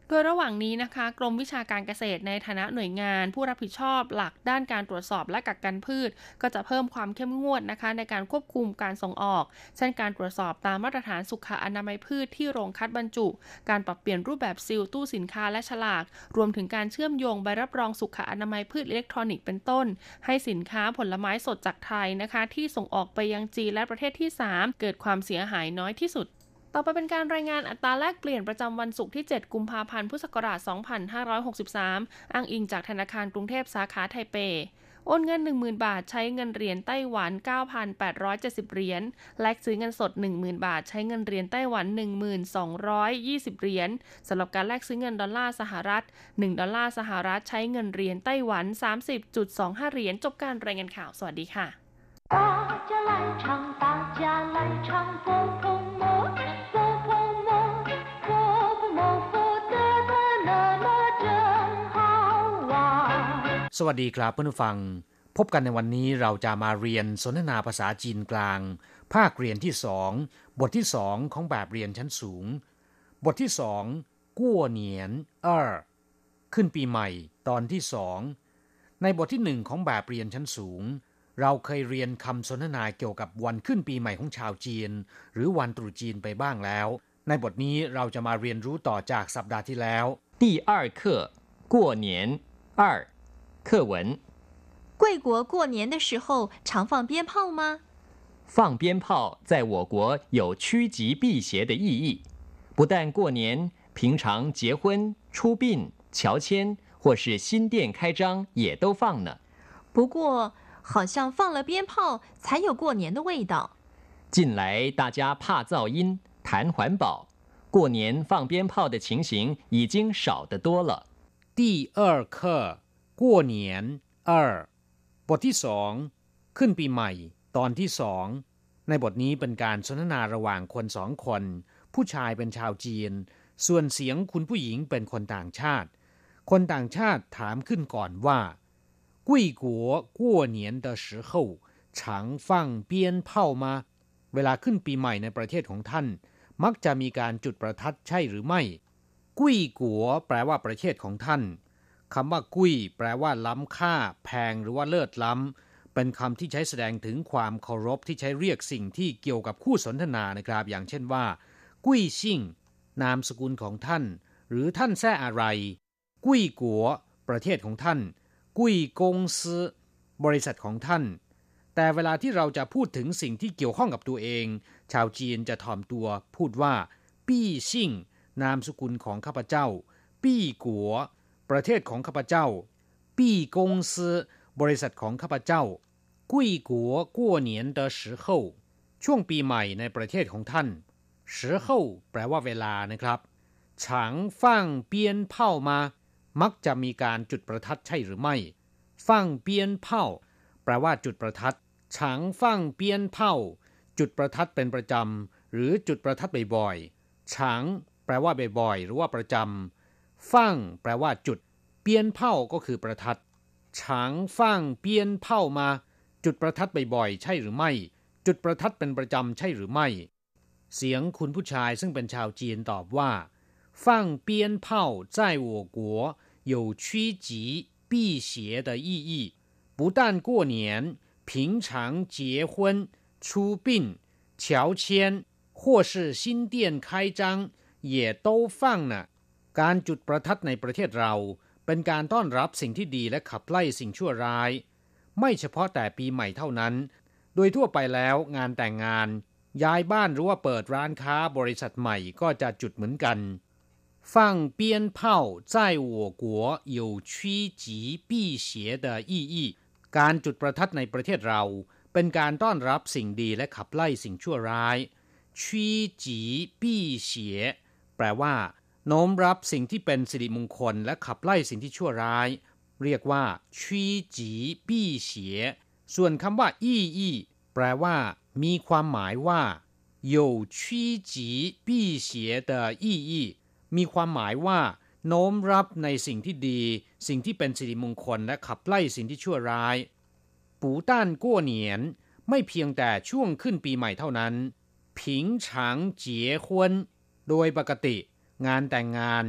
โดยระหว่างนี้นะคะกรมวิชาการเกษตรในฐานะหน่วยงานผู้รับผิดชอบหลักด้านการตรวจสอบและกักกันพืชก็จะเพิ่มความเข้มงวดนะคะในการควบคุมการส่งออกเช่นการตรวจสอบตามมาตรฐานสุขอนามัยพืชที่โรงคัดบรรจุการปรับเปลี่ยนรูปแบบซีลตู้สินค้าและฉลากรวมถึงการเชื่อมโยงใบรับรองสุขอนามัยพืชอิเล็กทรอนิกส์เป็นต้นให้สินค้าผลไม้สดจากไทยนะคะที่ส่งออกไปยังจีนและประเทศที่สามเกิดความเสียหายน้อยที่สุดต่อไปเป็นการรายงานอัตราแลกเปลี่ยนประจำวันศุกร์ที่เจ็ดกุมภาพันธ์พุทธศักราชสองพันห้าร้อยหกสิบสามอ้างอิงจากธนาคารกรุงเทพสาขาไทเปโอนเงิน หนึ่งหมื่น บาทใช้เงินเหรียญไต้หวัน เก้าพันแปดร้อยเจ็ดสิบ เหรียญแลกซื้อเงินสด หนึ่งหมื่น บาทใช้เงินเหรียญไต้หวัน หนึ่งพันสองร้อยยี่สิบ เหรียญสำหรับการแลกซื้อเงินดอลลาร์สหรัฐหนึ่งดอลลาร์สหรัฐใช้เงินเหรียญไต้หวัน สามสิบจุดสองห้า เหรียญจบการรายงานข่าวสวัสดีค่ะ大家来唱大家来唱波波摩波波摩波波摩波得得那么真好玩สวัสดีครับเพื่อนผู้ฟังพบกันในวันนี้เราจะมาเรียนสนทนาภาษาจีนกลางภาคเรียนที่สองบทที่สองของแบบเรียนชั้นสูงบทที่สองกั่วเหนียนเอ่อขึ้นปีใหม่ตอนที่สองในบทที่หนึ่งของแบบเรียนชั้นสูงเราเคยเรียนคำสนทนาเกี่ยวกับวันขึ้นปีใหม่ของชาวจีนหรือวันตรุษจีนไปบ้างแล้วในบทนี้เราจะมาเรียนรู้ต่อจากสัปดาห์ที่แล้ว第二课过年二课文贵国过年的时候常放鞭炮吗？ 放鞭炮在我国有趋吉避邪的意义，不但过年，平常结婚、出殡、乔迁或是新店开张也都放呢。 不过好像放了鞭炮才有过年的味道。 近来大家怕噪音，谈环保，过年放鞭炮的情形已经少得多了。 第二课过年二บทที่สองขึ้นปีใหม่ตอนที่สองในบทนี้เป็นการสนทนาระหว่างคนสองคนผู้ชายเป็นชาวจีนส่วนเสียงคุณผู้หญิงเป็นคนต่างชาติคนต่างชาติถามขึ้นก่อนว่า贵国过年的时候常放鞭炮吗เวลาขึ้นปีใหม่ในประเทศของท่านมักจะมีการจุดประทัดใช่หรือไม่กุ้ยกัวแปลว่าประเทศของท่านคำว่ากุ้ยแปลว่าล้ำค่าแพงหรือว่าเลิศล้ำเป็นคำที่ใช้แสดงถึงความเคารพที่ใช้เรียกสิ่งที่เกี่ยวกับคู่สนทนานะครับอย่างเช่นว่ากุ้ยซิ่งนามสกุลของท่านหรือท่านแซ่อะไรกุ้ยกัวประเทศของท่านกุ้ยกงซื้อบริษัทของท่านแต่เวลาที่เราจะพูดถึงสิ่งที่เกี่ยวข้องกับตัวเองชาวจีนจะถ่อมตัวพูดว่าปี้ซิ่งนามสกุลของข้าพเจ้าปี้กัวประเทศของข้าพเจ้าปี้กงซื้อบริษัทของข้าพเจ้ากุ้ยกัวกั่วเหนียนเดอ时候ช่วงปีใหม่ในประเทศของท่าน时候แปลว่าเวลานะครับฉางฟั่งเปียนเผ่ามามักจะมีการจุดประทัดใช่หรือไม่ฟั่งเปียนเผ่าแปลว่าจุดประทัดฉางฟั่งเปียนเผ่าจุดประทัดเป็นประจำหรือจุดประทัดบ่อยๆฉางแปลว่าบ่อยๆหรือว่าประจำฟั่งแปลว่าจุดเปียนเผ่าก็คือประทัดฉางฟั่งเปียนเผ่ามาจุดประทัดบ่อยๆใช่หรือไม่จุดประทัดเป็นประจำใช่หรือไม่เสียงคุณผู้ชายซึ่งเป็นชาวจีนตอบว่า放鞭炮在我国有趋吉避邪的意义不但过年平常结婚出殡乔迁或是新店开张也都放呢การจุดประทัดในประเทศเราเป็นการต้อนรับสิ่งที่ดีและขับไล่สิ่งชั่วร้ายไม่เฉพาะแต่ปีใหม่เท่านั้นโดยทั่วไปแล้วงานแต่งงานย้ายบ้านหรือว่าเปิดร้านค้าบริษัทใหม่ก็จะจุดเหมือนกัน放鞭炮在我国有趋吉避邪的意义การจุดประทัดในประเทศเราเป็นการต้อนรับสิ่งดีและขับไล่สิ่งชั่วร้าย趋吉避邪แปลว่าโน้มรับสิ่งที่เป็นสิริมงคลและขับไล่สิ่งที่ชั่วร้ายเรียกว่า趋吉避邪ส่วนคำว่าอี้อี้แปลว่ามีความหมายว่า有趋吉避邪的意义มีความหมายว่าโน้มรับในสิ่งที่ดีสิ่งที่เป็นสิริมงคลและขับไล่สิ่งที่ชั่วร้ายปูต้านกั่วเหนียนไม่เพียงแต่ช่วงขึ้นปีใหม่เท่านั้นผิงฉางเจี๋ยฮวนโดยปกติงานแต่งงาน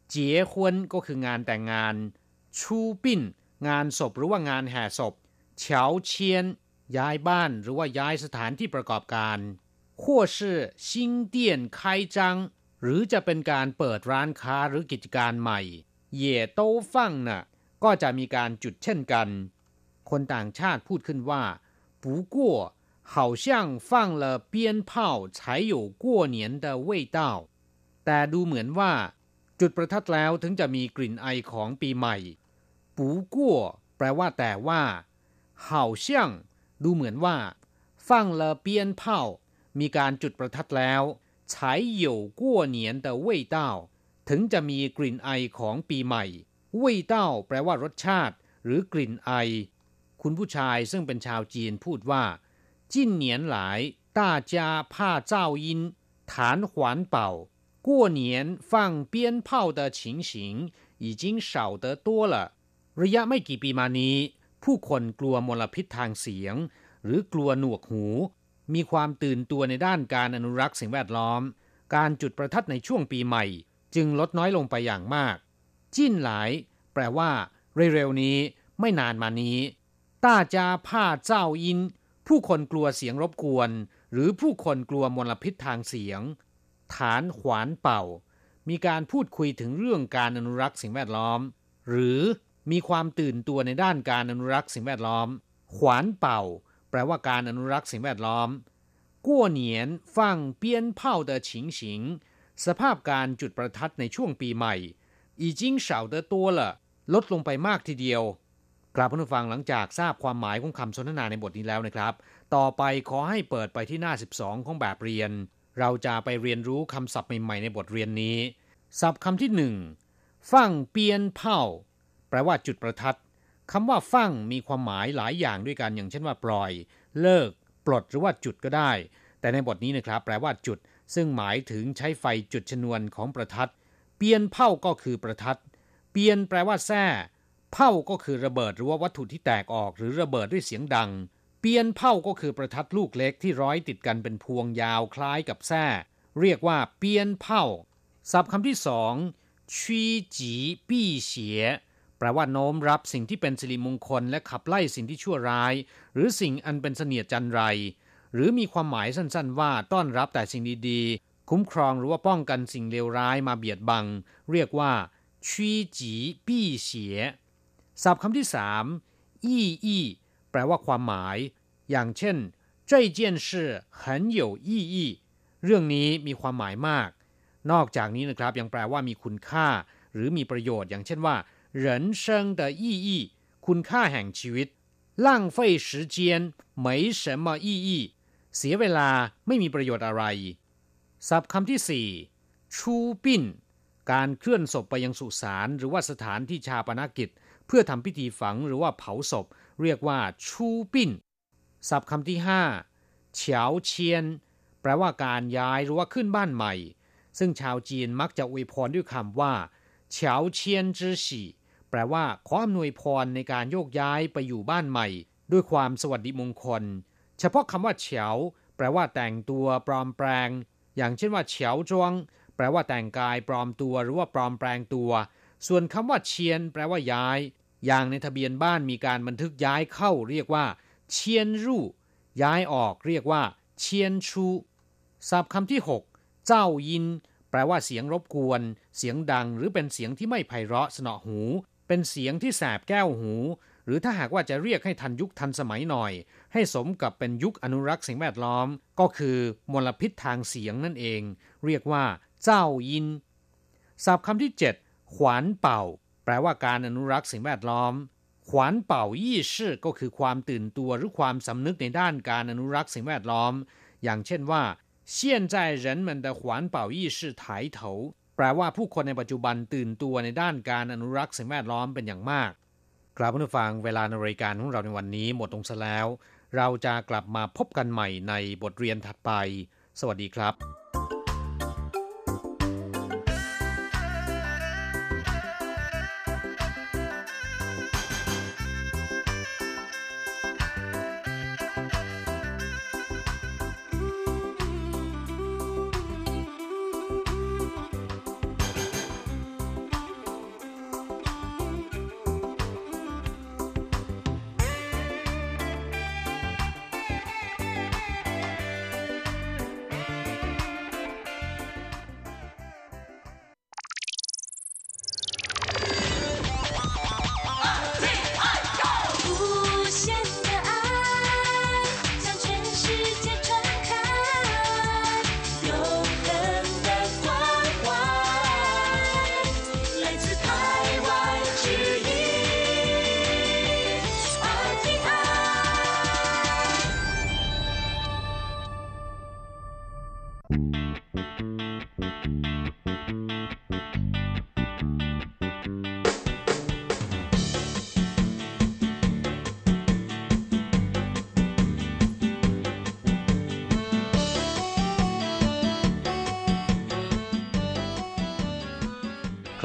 เจี๋ยฮวนก็คืองานแต่งงานชูปิ้นงานศพหรือว่างานแห่ศพเฉาเชียนย้ายบ้านหรือว่าย้ายสถานที่ประกอบการ或是新店开张หรือจะเป็นการเปิดร้านค้าหรือกิจการใหม่เย่โต้ฟั่งน่ะก็จะมีการจุดเช่นกันคนต่างชาติพูดขึ้นว่า不过好像放了鞭炮才有过年的味道แต่ดูเหมือนว่าจุดประทัดแล้วถึงจะมีกลิ่นไอของปีใหม่不过แปลว่าแต่ว่า好像ดูเหมือนว่า放了鞭炮มีการจุดประทัดแล้ว才有过年的味道ถึงจะมีกลิ่นไอของปีใหม่味道แปลว่ารสชาติหรือกลิ่นไอคุณผู้ชายซึ่งเป็นชาวจีนพูดว่า近年来大家怕噪音谈环保过年放鞭炮的情形已经少得多了ระยะไม่กี่ปีมานี้ผู้คนกลัวมลพิษทางเสียงหรือกลัวหนวกหูมีความตื่นตัวในด้านการอนุรักษ์สิ่งแวดล้อมการจุดประทัดในช่วงปีใหม่จึงลดน้อยลงไปอย่างมากจิ้นหลายแปลว่าเร็วๆนี้ไม่นานมานี้ต้าจาผ้าเจ้าอินผู้คนกลัวเสียงรบกวนหรือผู้คนกลัวมลพิษทางเสียงฐานขวานเป่ามีการพูดคุยถึงเรื่องการอนุรักษ์สิ่งแวดล้อมหรือมีความตื่นตัวในด้านการอนุรักษ์สิ่งแวดล้อมขวานเป่าแปลว่าการอนุรักษ์สิ่งแวดล้อม过年放鞭炮的情形สภาพการจุดประทัดในช่วงปีใหม่已经少得多了ลดลงไปมากทีเดียวกราบผู้ฟังหลังจากทราบความหมายของคำสนทนาในบทนี้แล้วนะครับต่อไปขอให้เปิดไปที่หน้าสิบสองของแบบเรียนเราจะไปเรียนรู้คำศัพท์ใหม่ๆในบทเรียนนี้ศัพท์คำที่หนึ่งฟั่งเปียนเผ่าแปลว่าจุดประทัดคำว่าฟั่งมีความหมายหลายอย่างด้วยกันอย่างเช่นว่าปล่อยเลิกปลดหรือว่าจุดก็ได้แต่ในบทนี้นะครับแปลว่าจุดซึ่งหมายถึงใช้ไฟจุดชนวนของประทัดเปียนเผ่าก็คือประทัดเปียนแปลว่าแส้เผ่าก็คือระเบิดหรือว่าวัตถุที่แตกออกหรือระเบิดด้วยเสียงดังเปียนเผ่าก็คือประทัดลูกเล็กที่ร้อยติดกันเป็นพวงยาวคล้ายกับแส้เรียกว่าเปียนเผ่าศัพท์คำที่สองชี้จีปี้เฉียแปลว่าโน้มรับสิ่งที่เป็นสิริมงคลและขับไล่สิ่งที่ชั่วร้ายหรือสิ่งอันเป็นเสนียดจันไรหรือมีความหมายสั้นๆว่าต้อนรับแต่สิ่งดีๆคุ้มครองหรือว่าป้องกันสิ่งเลวร้ายมาเบียดบังเรียกว่าชี้จีปี้เฉียศัพท์คำที่สามอี้อี้แปลว่าความหมายอย่างเช่น这件事很有意义เรื่องนี้มีความหมายมากนอกจากนี้นะครับยังแปลว่ามีคุณค่าหรือมีประโยชน์อย่างเช่นว่า人生的意义คุณค่าแห่งชีวิต浪费时间没什么意义เสียเวลาไม่มีประโยชน์อะไรศัพท์คำที่สี่ชูปิ้นการเคลื่อนศพไปยังสุสานหรือว่าสถานที่ชาปนกิจเพื่อทำพิธีฝังหรือว่าเผาศพเรียกว่าชูปิ้นศัพท์คำที่ห้าเฉาเชียนแปลว่าการย้ายหรือว่าขึ้นบ้านใหม่ซึ่งชาวจีนมักจะอวยพรด้วยคำว่าเฉาเชียนจื้อฉี่แปลว่าขออำนวยพรในการโยกย้ายไปอยู่บ้านใหม่ด้วยความสวัสดิมงคลเฉพาะคำว่าเฉาแปลว่าแต่งตัวปลอมแปลงอย่างเช่นว่าเฉาจวงแปลว่าแต่งกายปลอมตัวหรือว่าปลอมแปลงตัวส่วนคำว่าเชียนแปลว่าย้ายอย่างในทะเบียนบ้านมีการบันทึกย้ายเข้าเรียกว่าเชียนรู่ย้ายออกเรียกว่าเชียนชูศัพท์คำที่หกเจ้ายินแปลว่าเสียงรบกวนเสียงดังหรือเป็นเสียงที่ไม่ไพเราะสนอหูเป็นเสียงที่แสบแก้วหูหรือถ้าหากว่าจะเรียกให้ทันยุคทันสมัยหน่อยให้สมกับเป็นยุคอนุรักษ์สิ่งแวดล้อมก็คือมลพิษทางเสียงนั่นเองเรียกว่าเจ้ายินศัพท์คำที่เจ็ดขวานเป่าแปลว่าการอนุรักษ์สิ่งแวดล้อมขวานเป่ายี่ชื่อก็คือความตื่นตัวหรือความสำนึกในด้านการอนุรักษ์สิ่งแวดล้อมอย่างเช่นว่า现在人们的环保意识抬头แปลว่าผู้คนในปัจจุบันตื่นตัวในด้านการอนุรักษ์สิ่งแวดล้อมเป็นอย่างมากกลับมาฟังเวลาในรายการของเราในวันนี้หมดลงซะแล้วเราจะกลับมาพบกันใหม่ในบทเรียนถัดไปสวัสดีครับ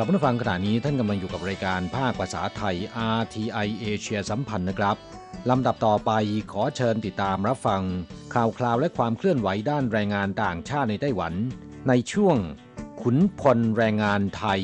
ลับมาฟังขณะนี้ท่านกำลังอยู่กับรายการภาคภาษาไทย อาร์ ที ไอ เอเชียสัมพันธ์นะครับลำดับต่อไปขอเชิญติดตามรับฟังข่าวคราวและความเคลื่อนไหวด้านแรงงานต่างชาติในไต้หวันในช่วงขุนพลแรงงานไทย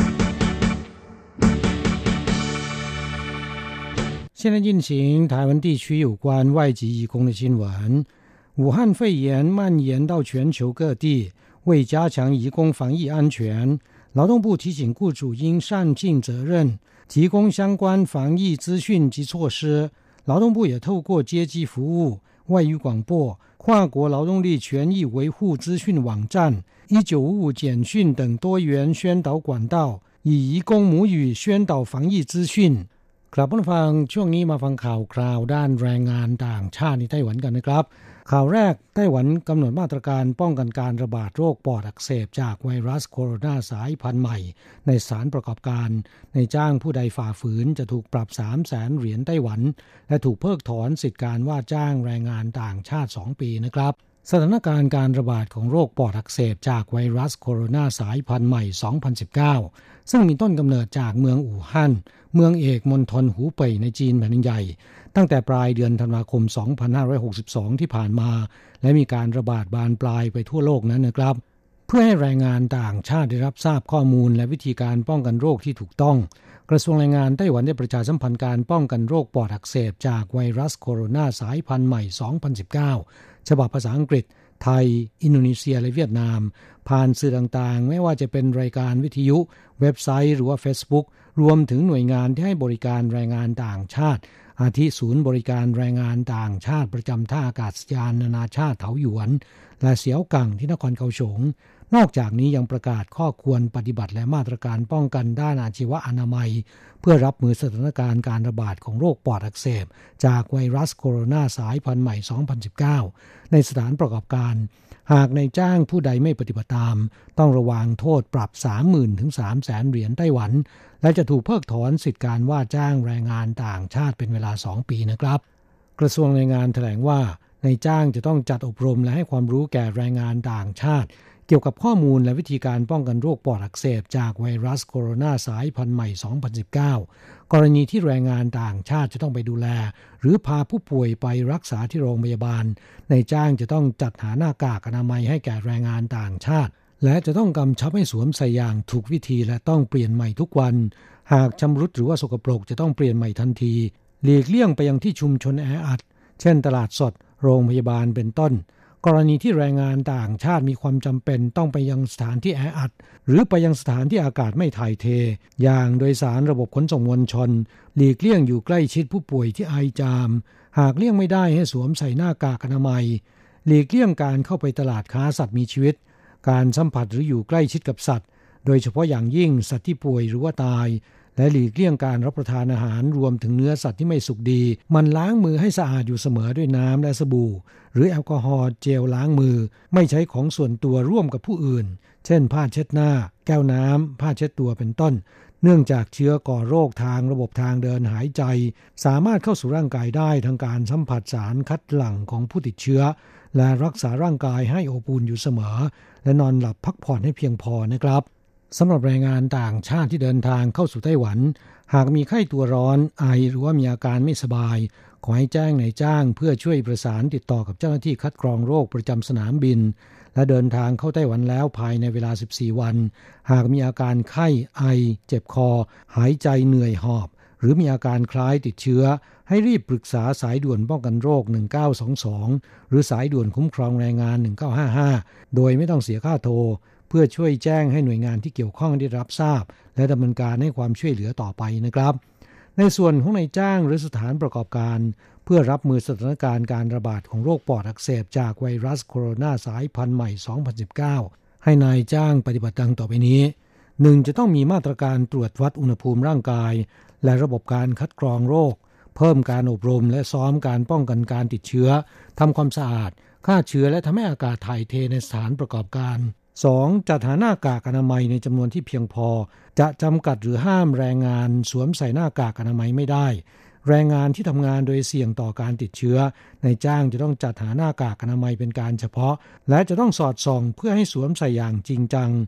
现在进行台湾地区有关外籍移工的新闻。武汉肺炎蔓延到全球各地，为加强移工防疫安全，劳动部提醒雇主应善尽责任，提供相关防疫资讯及措施。劳动部也透过接机服务、外语广播、跨国劳动力权益维护资讯网站、一九五五简讯等多元宣导管道，以移工母语宣导防疫资讯。ครับผู้ฟังช่วงนี้มาฟังข่าวคราวด้านแรงงานต่างชาติในไต้หวันกันนะครับข่าวแรกไต้หวันกำหนดมาตรการป้องกันการระบาดโรคปอดอักเสบจากไวรัสโคโรนาสายพันธุ์ใหม่ในสถานประกอบการในจ้างผู้ใดฝ่าฝืนจะถูกปรับ สามแสน เหรียญไต้หวันและถูกเพิกถอนสิทธิการว่าจ้างแรงงานต่างชาติสองปีนะครับสถานการณ์การระบาดของโรคปอดอักเสบจากไวรัสโคโรนาสายพันธุ์ใหม่สองพันสิบเก้าซึ่งมีต้นกำเนิดจากเมืองอู่ฮั่นเมืองเอกมณฑลหูเป่ยในจีนแผ่นดินใหญ่ตั้งแต่ปลายเดือนธันวาคมสองพันห้าร้อยหกสิบสองที่ผ่านมาและมีการระบาดบานปลายไปทั่วโลกนั้นนะครับเพื่อให้แรงงานต่างชาติได้รับทราบข้อมูลและวิธีการป้องกันโรคที่ถูกต้องกระทรวงแรงงานไต้หวันได้ประชาสัมพันธ์การป้องกันโรคปอดอักเสบจากไวรัสโคโรนาสายพันธุ์ใหม่สองพันสิบเก้าฉบับภาษาอังกฤษไทยอินโดนีเซียและเวียดนามผ่านสื่อต่างๆไม่ว่าจะเป็นรายการวิทยุเว็บไซต์หรือว่า Facebook รวมถึงหน่วยงานที่ให้บริการแรงงานต่างชาติอาทิศูนย์บริการแรงงานต่างชาติประจำท่าอากาศยานนานาชาติเถาหยวนและเสียวกังที่นครเกาฉงนอกจากนี้ยังประกาศข้อควรปฏิบัติและมาตรการป้องกันด้านอาชีวอนามัยเพื่อรับมือสถานการณ์การระบาดของโรคปอดอักเสบจากไวรัสโคโรนาสายพันธุ์ใหม่สองพันสิบเก้าในสถานประกอบการหากนายจ้างผู้ใดไม่ปฏิบัติตามต้องระวางโทษปรับ สามหมื่น ถึง สามแสน เหรียญไต้หวันและจะถูกเพิกถอนสิทธิการว่าจ้างแรงงานต่างชาติเป็นเวลาสองปีนะครับกระทรวงแรงงานแถลงว่านายจ้างจะต้องจัดอบรมและให้ความรู้แก่แรงงานต่างชาติเกี่ยวกับข้อมูลและวิธีการป้องกันโรคปอดอักเสบจากไวรัสโคโรนาสายพันธุ์ใหม่สองพันสิบเก้ากรณีที่แรงงานต่างชาติจะต้องไปดูแลหรือพาผู้ป่วยไปรักษาที่โรงพยาบาลนายจ้างจะต้องจัดหาหน้ากากอนามัยให้แก่แรงงานต่างชาติและจะต้องกำชับให้สวมใส่อย่างถูกวิธีและต้องเปลี่ยนใหม่ทุกวันหากชำรุดหรือว่าสกปรกจะต้องเปลี่ยนใหม่ทันทีหลีกเลี่ยงไปยังที่ชุมชนแออัดเช่นตลาดสดโรงพยาบาลเป็นต้นกรณีที่แรงงานต่างชาติมีความจำเป็นต้องไปยังสถานที่แออัดหรือไปยังสถานที่อากาศไม่ถ่ายเทอย่างโดยสารระบบขนส่งมวลชนหลีกเลี่ยงอยู่ใกล้ชิดผู้ป่วยที่ไอจามหากเลี่ยงไม่ได้ให้สวมใส่หน้ากากอนามัยหลีกเลี่ยงการเข้าไปตลาดค้าสัตว์มีชีวิตการสัมผัสหรืออยู่ใกล้ชิดกับสัตว์โดยเฉพาะอย่างยิ่งสัตว์ที่ป่วยหรือว่าตายและหลีกเลี่ยงการรับประทานอาหารรวมถึงเนื้อสัตว์ที่ไม่สุกดีมันล้างมือให้สะอาดอยู่เสมอด้วยน้ำและสบู่หรือแอลกอฮอล์เจลล้างมือไม่ใช้ของส่วนตัวร่วมกับผู้อื่นเช่นผ้าเช็ดหน้าแก้วน้ำผ้าเช็ดตัวเป็นต้นเนื่องจากเชื้อก่อโรคทางระบบทางเดินหายใจสามารถเข้าสู่ร่างกายได้ทางการสัมผัสสารคัดหลั่งของผู้ติดเชื้อและรักษาร่างกายให้อบอุ่นอยู่เสมอและนอนหลับพักผ่อนให้เพียงพอนะครับสำหรับแรงงานต่างชาติที่เดินทางเข้าสู่ไต้หวันหากมีไข้ตัวร้อนไอหรือว่ามีอาการไม่สบายขอให้แจ้งนายจ้างเพื่อช่วยประสานติดต่อกับเจ้าหน้าที่คัดกรองโรคประจำสนามบินและเดินทางเข้าไต้หวันแล้วภายในเวลาสิบสี่วันหากมีอาการไข้ไอเจ็บคอหายใจเหนื่อยหอบหรือมีอาการคล้ายติดเชื้อให้รีบปรึกษาสายด่วนป้องกันโรคหนึ่งเก้าสองสองหรือสายด่วนคุ้มครองแรงงานหนึ่งเก้าห้าห้าโดยไม่ต้องเสียค่าโทรเพื่อช่วยแจ้งให้หน่วยงานที่เกี่ยวข้องได้รับทราบและดำเนินการให้ความช่วยเหลือต่อไปนะครับในส่วนของนายจ้างหรือสถานประกอบการเพื่อรับมือสถานการณ์การระบาดของโรคปอดอักเสบจากไวรัสโคโรนาสายพันธุ์ใหม่สองพันสิบเก้าให้นายจ้างปฏิบัติดังต่อไปนี้ หนึ่ง จะต้องมีมาตรการตรวจวัดอุณหภูมิร่างกายและระบบการคัดกรองโรคเพิ่มการอบรมและซ้อมการป้องกันการติดเชื้อทำความสะอาดฆ่าเชื้อและทำให้อากาศถ่ายเทในสถานประกอบการสองจัดหาหน้ากากอนามัยในจำนวนที่เพียงพอจะจำกัดหรือห้ามแรงงานสวมใส่หน้ากากอนามัยไม่ได้แรงงานที่ทำงานโดยเสี่ยงต่อการติดเชื้อนายจ้างจะต้องจัดหาหน้ากากอนามัยเป็นการเฉพาะและจะต้องสอดส่องเพื่อให้สวมใส่อย่างจริงจัง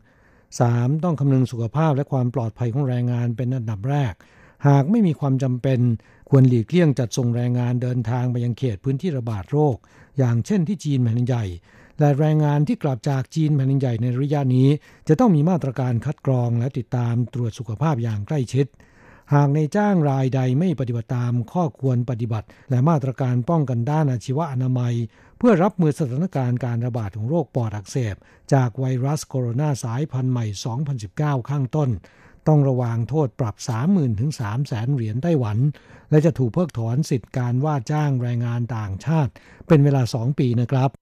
สามต้องคำนึงสุขภาพและความปลอดภัยของแรงงานเป็นอันดับแรกหากไม่มีความจำเป็นควรหลีกเลี่ยงจัดส่งแรงงานเดินทางไปยังเขตพื้นที่ระบาดโรคอย่างเช่นที่จีนแผ่นใหญ่และแรงงานที่กลับจากจีนแผ่นใหญ่ในระยะนี้จะต้องมีมาตรการคัดกรองและติดตามตรวจสุขภาพอย่างใกล้ชิดหากในจ้างรายใดไม่ปฏิบัติตามข้อควรปฏิบัติและมาตรการป้องกันด้านอาชีวอนามัยเพื่อรับมือสถานการณ์การระบาดของโรคปอดอักเสบจากไวรัสโคโรนาสายพันธุ์ใหม่สองพันสิบเก้าข้างต้นต้องระวางโทษปรับ สามหมื่น ถึง สามแสน เหรียญไต้หวันและจะถูกเพิกถอนสิทธิการว่าจ้างแรงงานต่างชาติเป็นเวลาสองปีนะครับ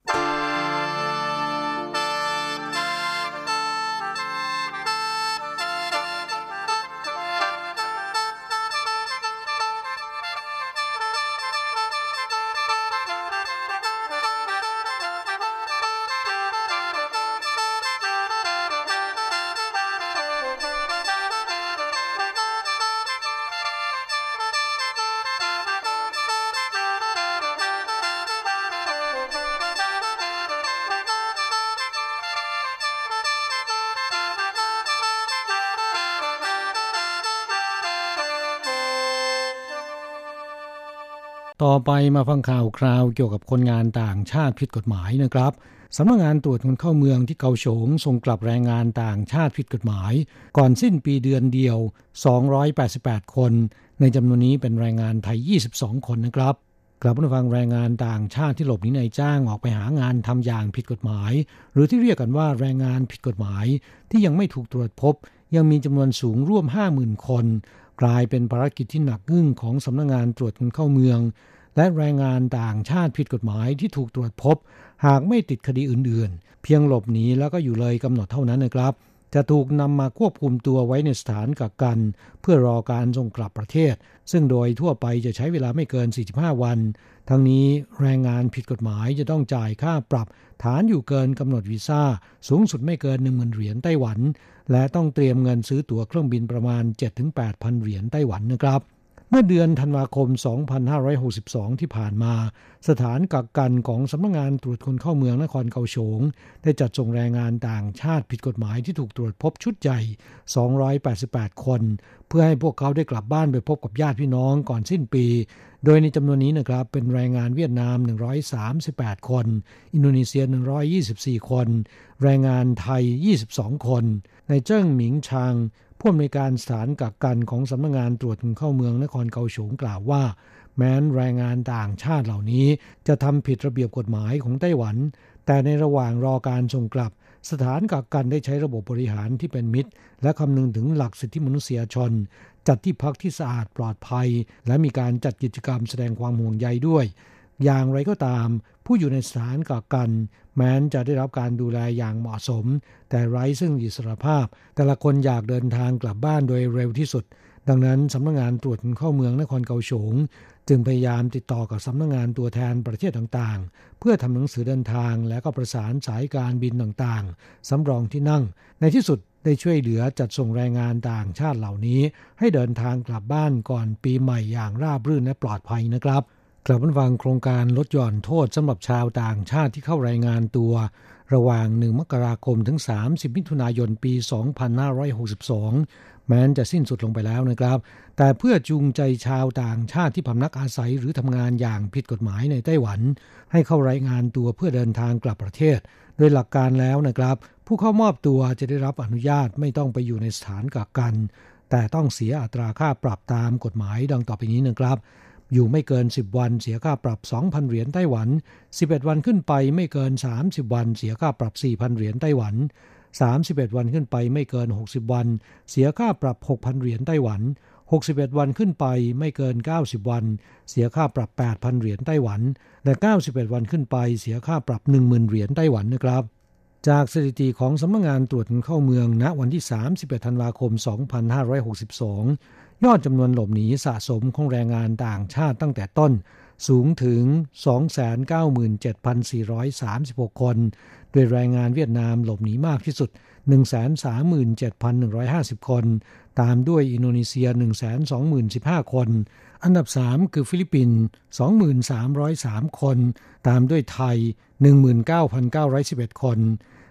ต่อไปมาฟังข่าวคราวเกี่ยวกับคนงานต่างชาติผิดกฎหมายนะครับสำนักงานตรวจคนเข้าเมืองที่เกาโฉงส่งกลับแรงงานต่างชาติผิดกฎหมายก่อนสิ้นปีเดือนเดียวสองร้อยแปดสิบแปดคนในจำนวนนี้เป็นแรงงานไทยยี่สิบสองคนนะครับกลับมาฟังแรงงานต่างชาติที่หลบหนีนายจ้างออกไปหางานทำอย่างผิดกฎหมายหรือที่เรียกกันว่าแรงงานผิดกฎหมายที่ยังไม่ถูกตรวจพบยังมีจำนวนสูงร่วม ห้าหมื่น คนกลายเป็นภารกิจที่หนักอึ้งของสำนักงานตรวจคนเข้าเมืองและแรงงานต่างชาติผิดกฎหมายที่ถูกตรวจพบหากไม่ติดคดีอื่นๆเพียงหลบหนีแล้วก็อยู่เลยกำหนดเท่านั้นนะครับจะถูกนำมาควบคุมตัวไว้ในสถานกักกันเพื่อรอการส่งกลับประเทศซึ่งโดยทั่วไปจะใช้เวลาไม่เกินสี่สิบห้าวันทั้งนี้แรงงานผิดกฎหมายจะต้องจ่ายค่าปรับฐานอยู่เกินกำหนดวีซ่าสูงสุดไม่เกิน หนึ่งหมื่น เหรียญไต้หวันและต้องเตรียมเงินซื้อตั๋วเครื่องบินประมาณ เจ็ดถึงแปดพัน เหรียญไต้หวันนะครับเมื่อเดือนธันวาคมสองพันห้าร้อยหกสิบสองที่ผ่านมาสถานกักกันของสำนักงานตรวจคนเข้าเมืองนครเกาโฉงได้จัดส่งแรงงานต่างชาติผิดกฎหมายที่ถูกตรวจพบชุดใหญ่สองร้อยแปดสิบแปดคนเพื่อให้พวกเขาได้กลับบ้านไปพบกับญาติพี่น้องก่อนสิ้นปีโดยในจำนวนนี้นะครับเป็นแรงงานเวียดนามหนึ่งร้อยสามสิบแปดคนอินโดนีเซียหนึ่งร้อยยี่สิบสี่คนแรงงานไทยยี่สิบสองคนในเจิ้งหมิงชางผู้อำนวยการสถานกักกันของสำนักงานตรวจคนเข้าเมืองนครเกาโฉงกล่าวว่าแม้นแรงงานต่างชาติเหล่านี้จะทำผิดระเบียบกฎหมายของไต้หวันแต่ในระหว่างรอการส่งกลับสถานกักกันได้ใช้ระบบบริหารที่เป็นมิตรและคำนึงถึงหลักสิทธิมนุษยชนจัดที่พักที่สะอาดปลอดภัยและมีการจัดกิจกรรมแสดงความห่วงใยด้วยอย่างไรก็ตามผู้อยู่ในสถานกักกันแม้นจะได้รับการดูแลอย่างเหมาะสมแต่ไร้ซึ่งอิสรภาพแต่ละคนอยากเดินทางกลับบ้านโดยเร็วที่สุดดังนั้นสำนักงานตรวจคนเข้าเมืองนครเกาโฉงจึงพยายามติดต่อกับสำนักงานตัวแทนประเทศต่างๆเพื่อทำหนังสือเดินทางและก็ประสานสายการบินต่างๆสำรองที่นั่งในที่สุดได้ช่วยเหลือจัดส่งแรงงานต่างชาติเหล่านี้ให้เดินทางกลับบ้านก่อนปีใหม่อย่างราบรื่นและปลอดภัยนะครับกลับมาฟังโครงการลดหย่อนโทษสำหรับชาวต่างชาติที่เข้ารายงานตัวระหว่างหนึ่งมกราคมถึงสามสิบมิถุนายนปีสองพันห้าร้อยหกสิบสองแม้นจะสิ้นสุดลงไปแล้วนะครับแต่เพื่อจูงใจชาวต่างชาติที่พำนักอาศัยหรือทำงานอย่างผิดกฎหมายในไต้หวันให้เข้ารายงานตัวเพื่อเดินทางกลับประเทศโดยหลักการแล้วนะครับผู้เข้ามอบตัวจะได้รับอนุญาตไม่ต้องไปอยู่ในสถานกักกันแต่ต้องเสียอัตราค่าปรับตามกฎหมายดังต่อไปนี้นะครับอยู่ไม่เกินสิบวันเสียค่าปรับ สองพัน เหรียญไต้หวันสิบเอ็ดวันขึ้นไปไม่เกินสามสิบวันเสียค่าปรับ สี่พัน เหรียญไต้หวันสามสิบเอ็ดวันขึ้นไปไม่เกินหกสิบวันเสียค่าปรับ หกพัน เหรียญไต้หวันหกสิบเอ็ดวันขึ้นไปไม่เกินเก้าสิบวันเสียค่าปรับ แปดพัน เหรียญไต้หวันและเก้าสิบเอ็ดวันขึ้นไปเสียค่าปรับ หนึ่งหมื่น เหรียญไต้หวันนะครับจากสถิติของสำนักงานตรวจคนเข้าเมืองณวันที่สามสิบเอ็ดธันวาคมสองพันห้าร้อยหกสิบสองยอดจำนวนหลบหนีสะสมของแรงงานต่างชาติตั้งแต่ต้นสูงถึง สองแสนเก้าหมื่นเจ็ดพันสี่ร้อยสามสิบหก คนโดยแรงงานเวียดนามหลบหนีมากที่สุด หนึ่งแสนสามหมื่นเจ็ดพันหนึ่งร้อยห้าสิบ คนตามด้วยอินโดนีเซีย หนึ่งแสนสองหมื่นสิบห้า คนอันดับสามคือฟิลิปปินส์ สองหมื่นสามร้อยสาม คนตามด้วยไทย หนึ่งหมื่นเก้าพันเก้าร้อยสิบเอ็ด คน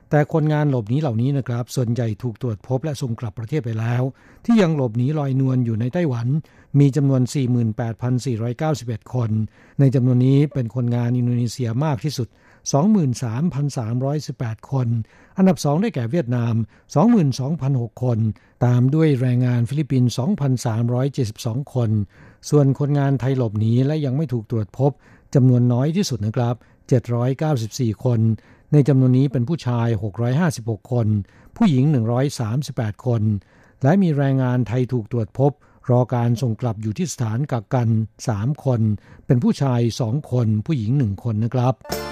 แต่คนงานหลบหนีเหล่านี้นะครับส่วนใหญ่ถูกตรวจพบและส่งกลับประเทศไปแล้วที่ยังหลบหนีลอยนวลอยู่ในไต้หวันมีจำนวน สี่หมื่นแปดพันสี่ร้อยเก้าสิบเอ็ด คนในจำนวนนี้เป็นคนงานอินโดนีเซียมากที่สุด สองหมื่นสามพันสามร้อยสิบแปด คนอันดับสองได้แก่เวียดนาม สองหมื่นสองพันหก คนตามด้วยแรงงานฟิลิปปินส์ สองพันสามร้อยเจ็ดสิบสอง คนส่วนคนงานไทยหลบหนีและยังไม่ถูกตรวจพบจำนวนน้อยที่สุดนะครับเจ็ดร้อยเก้าสิบสี่ คนในจำนวนนี้เป็นผู้ชายหกร้อยห้าสิบหกคนผู้หญิงหนึ่งร้อยสามสิบแปดคนและมีแรงงานไทยถูกตรวจพบรอการส่งกลับอยู่ที่สถานกักกันสามคนเป็นผู้ชายสองคนผู้หญิงหนึ่งคนนะครับ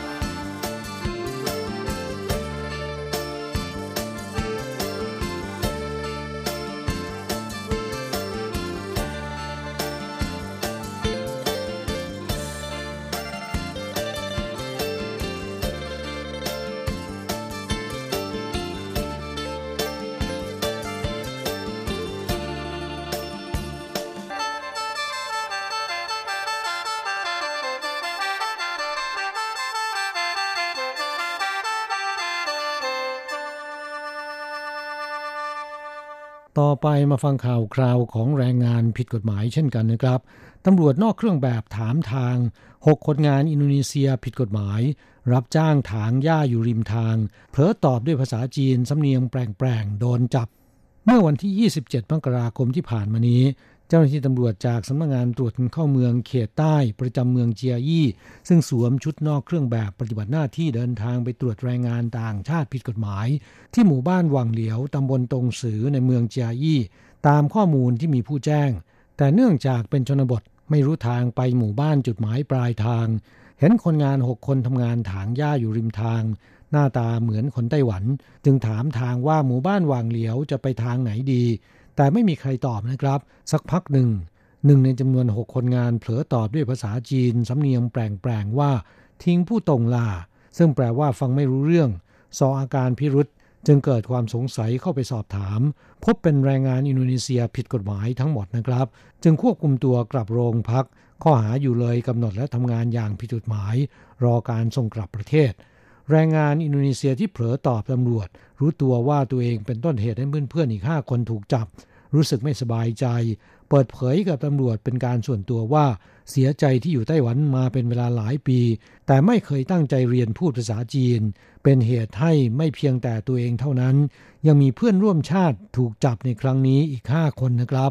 ต่อไปมาฟังข่าวคราวของแรงงานผิดกฎหมายเช่นกันนะครับตำรวจนอกเครื่องแบบถามทางหกคนงานอินโดนีเซียผิดกฎหมายรับจ้างถางหญ้าอยู่ริมทางเผลอตอบด้วยภาษาจีนสำเนียงแปลงๆโดนจับเมื่อวันที่ยี่สิบเจ็ดมกราคมที่ผ่านมานี้เจ้าหน้าที่ตำรวจจากสำนักงานตรวจคนเข้าเมืองเขตใต้ประจำเมืองเจียยี่ซึ่งสวมชุดนอกเครื่องแบบปฏิบัติหน้าที่เดินทางไปตรวจแรงงานต่างชาติผิดกฎหมายที่หมู่บ้านวังเหลียวตำบลตงสือในเมืองเจียยี่ตามข้อมูลที่มีผู้แจ้งแต่เนื่องจากเป็นชนบทไม่รู้ทางไปหมู่บ้านจุดหมายปลายทางเห็นคนงานหกคนทำงานถางหญ้าอยู่ริมทางหน้าตาเหมือนคนไต้หวันจึงถามทางว่าหมู่บ้านวังเหลียวจะไปทางไหนดีแต่ไม่มีใครตอบนะครับสักพักหนึ่งหนึ่งในจำนวนหกคนงานเผลอตอบด้วยภาษาจีนสำเนียงแปลงๆว่าทิ้งผู้ตงลาซึ่งแปลว่าฟังไม่รู้เรื่องสออาการพิรุษจึงเกิดความสงสัยเข้าไปสอบถามพบเป็นแรงงานอินโดนีเซียผิดกฎหมายทั้งหมดนะครับจึงควบคุมตัวกลับโรงพักข้อหาอยู่เลยกำหนดและทำงานอย่างผิดกฎหมายรอการส่งกลับประเทศแรงงานอินโดนีเซียที่เผลอตอบตำรวจรู้ตัวว่าตัวเองเป็นต้นเหตุให้เพื่อนๆอีกห้าคนถูกจับรู้สึกไม่สบายใจเปิดเผยกับตำรวจเป็นการส่วนตัวว่าเสียใจที่อยู่ไต้หวันมาเป็นเวลาหลายปีแต่ไม่เคยตั้งใจเรียนพูดภาษาจีนเป็นเหตุให้ไม่เพียงแต่ตัวเองเท่านั้นยังมีเพื่อนร่วมชาติถูกจับในครั้งนี้อีกห้าคนนะครับ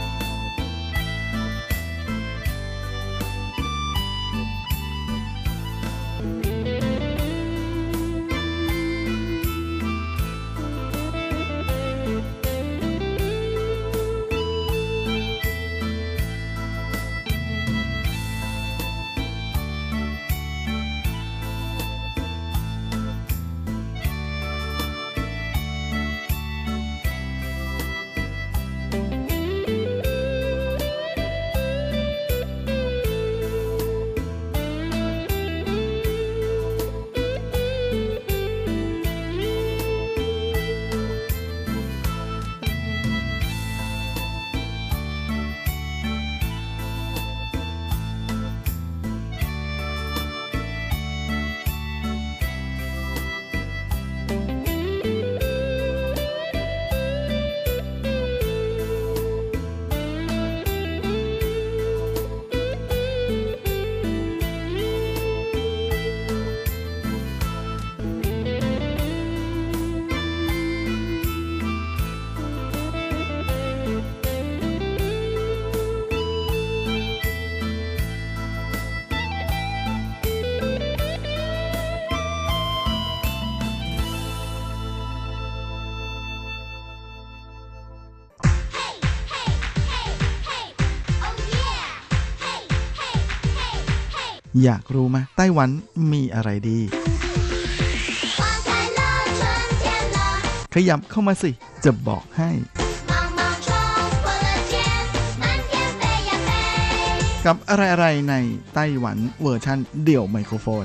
อยากรู้ไหมไต้หวันมีอะไรดีขยับเข้ามาสิจะบอกให้กับอะไรๆในไต้หวันเวอร์ชันเดี่ยวไมโครโฟน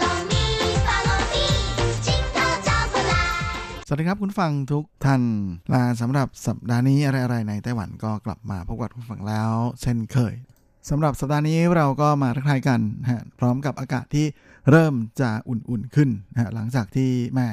สวัสดีครับคุณฟังทุกท่านและสำหรับสัปดาห์นี้อะไรๆในไต้หวันก็กลับมาพบกับคุณฟังแล้วเช่นเคยสำหรับสัปดาห์นี้เราก็มาทักทายกันฮะพร้อมกับอากาศที่เริ่มจะอุ่นๆขึ้นฮะหลังจากที่แม่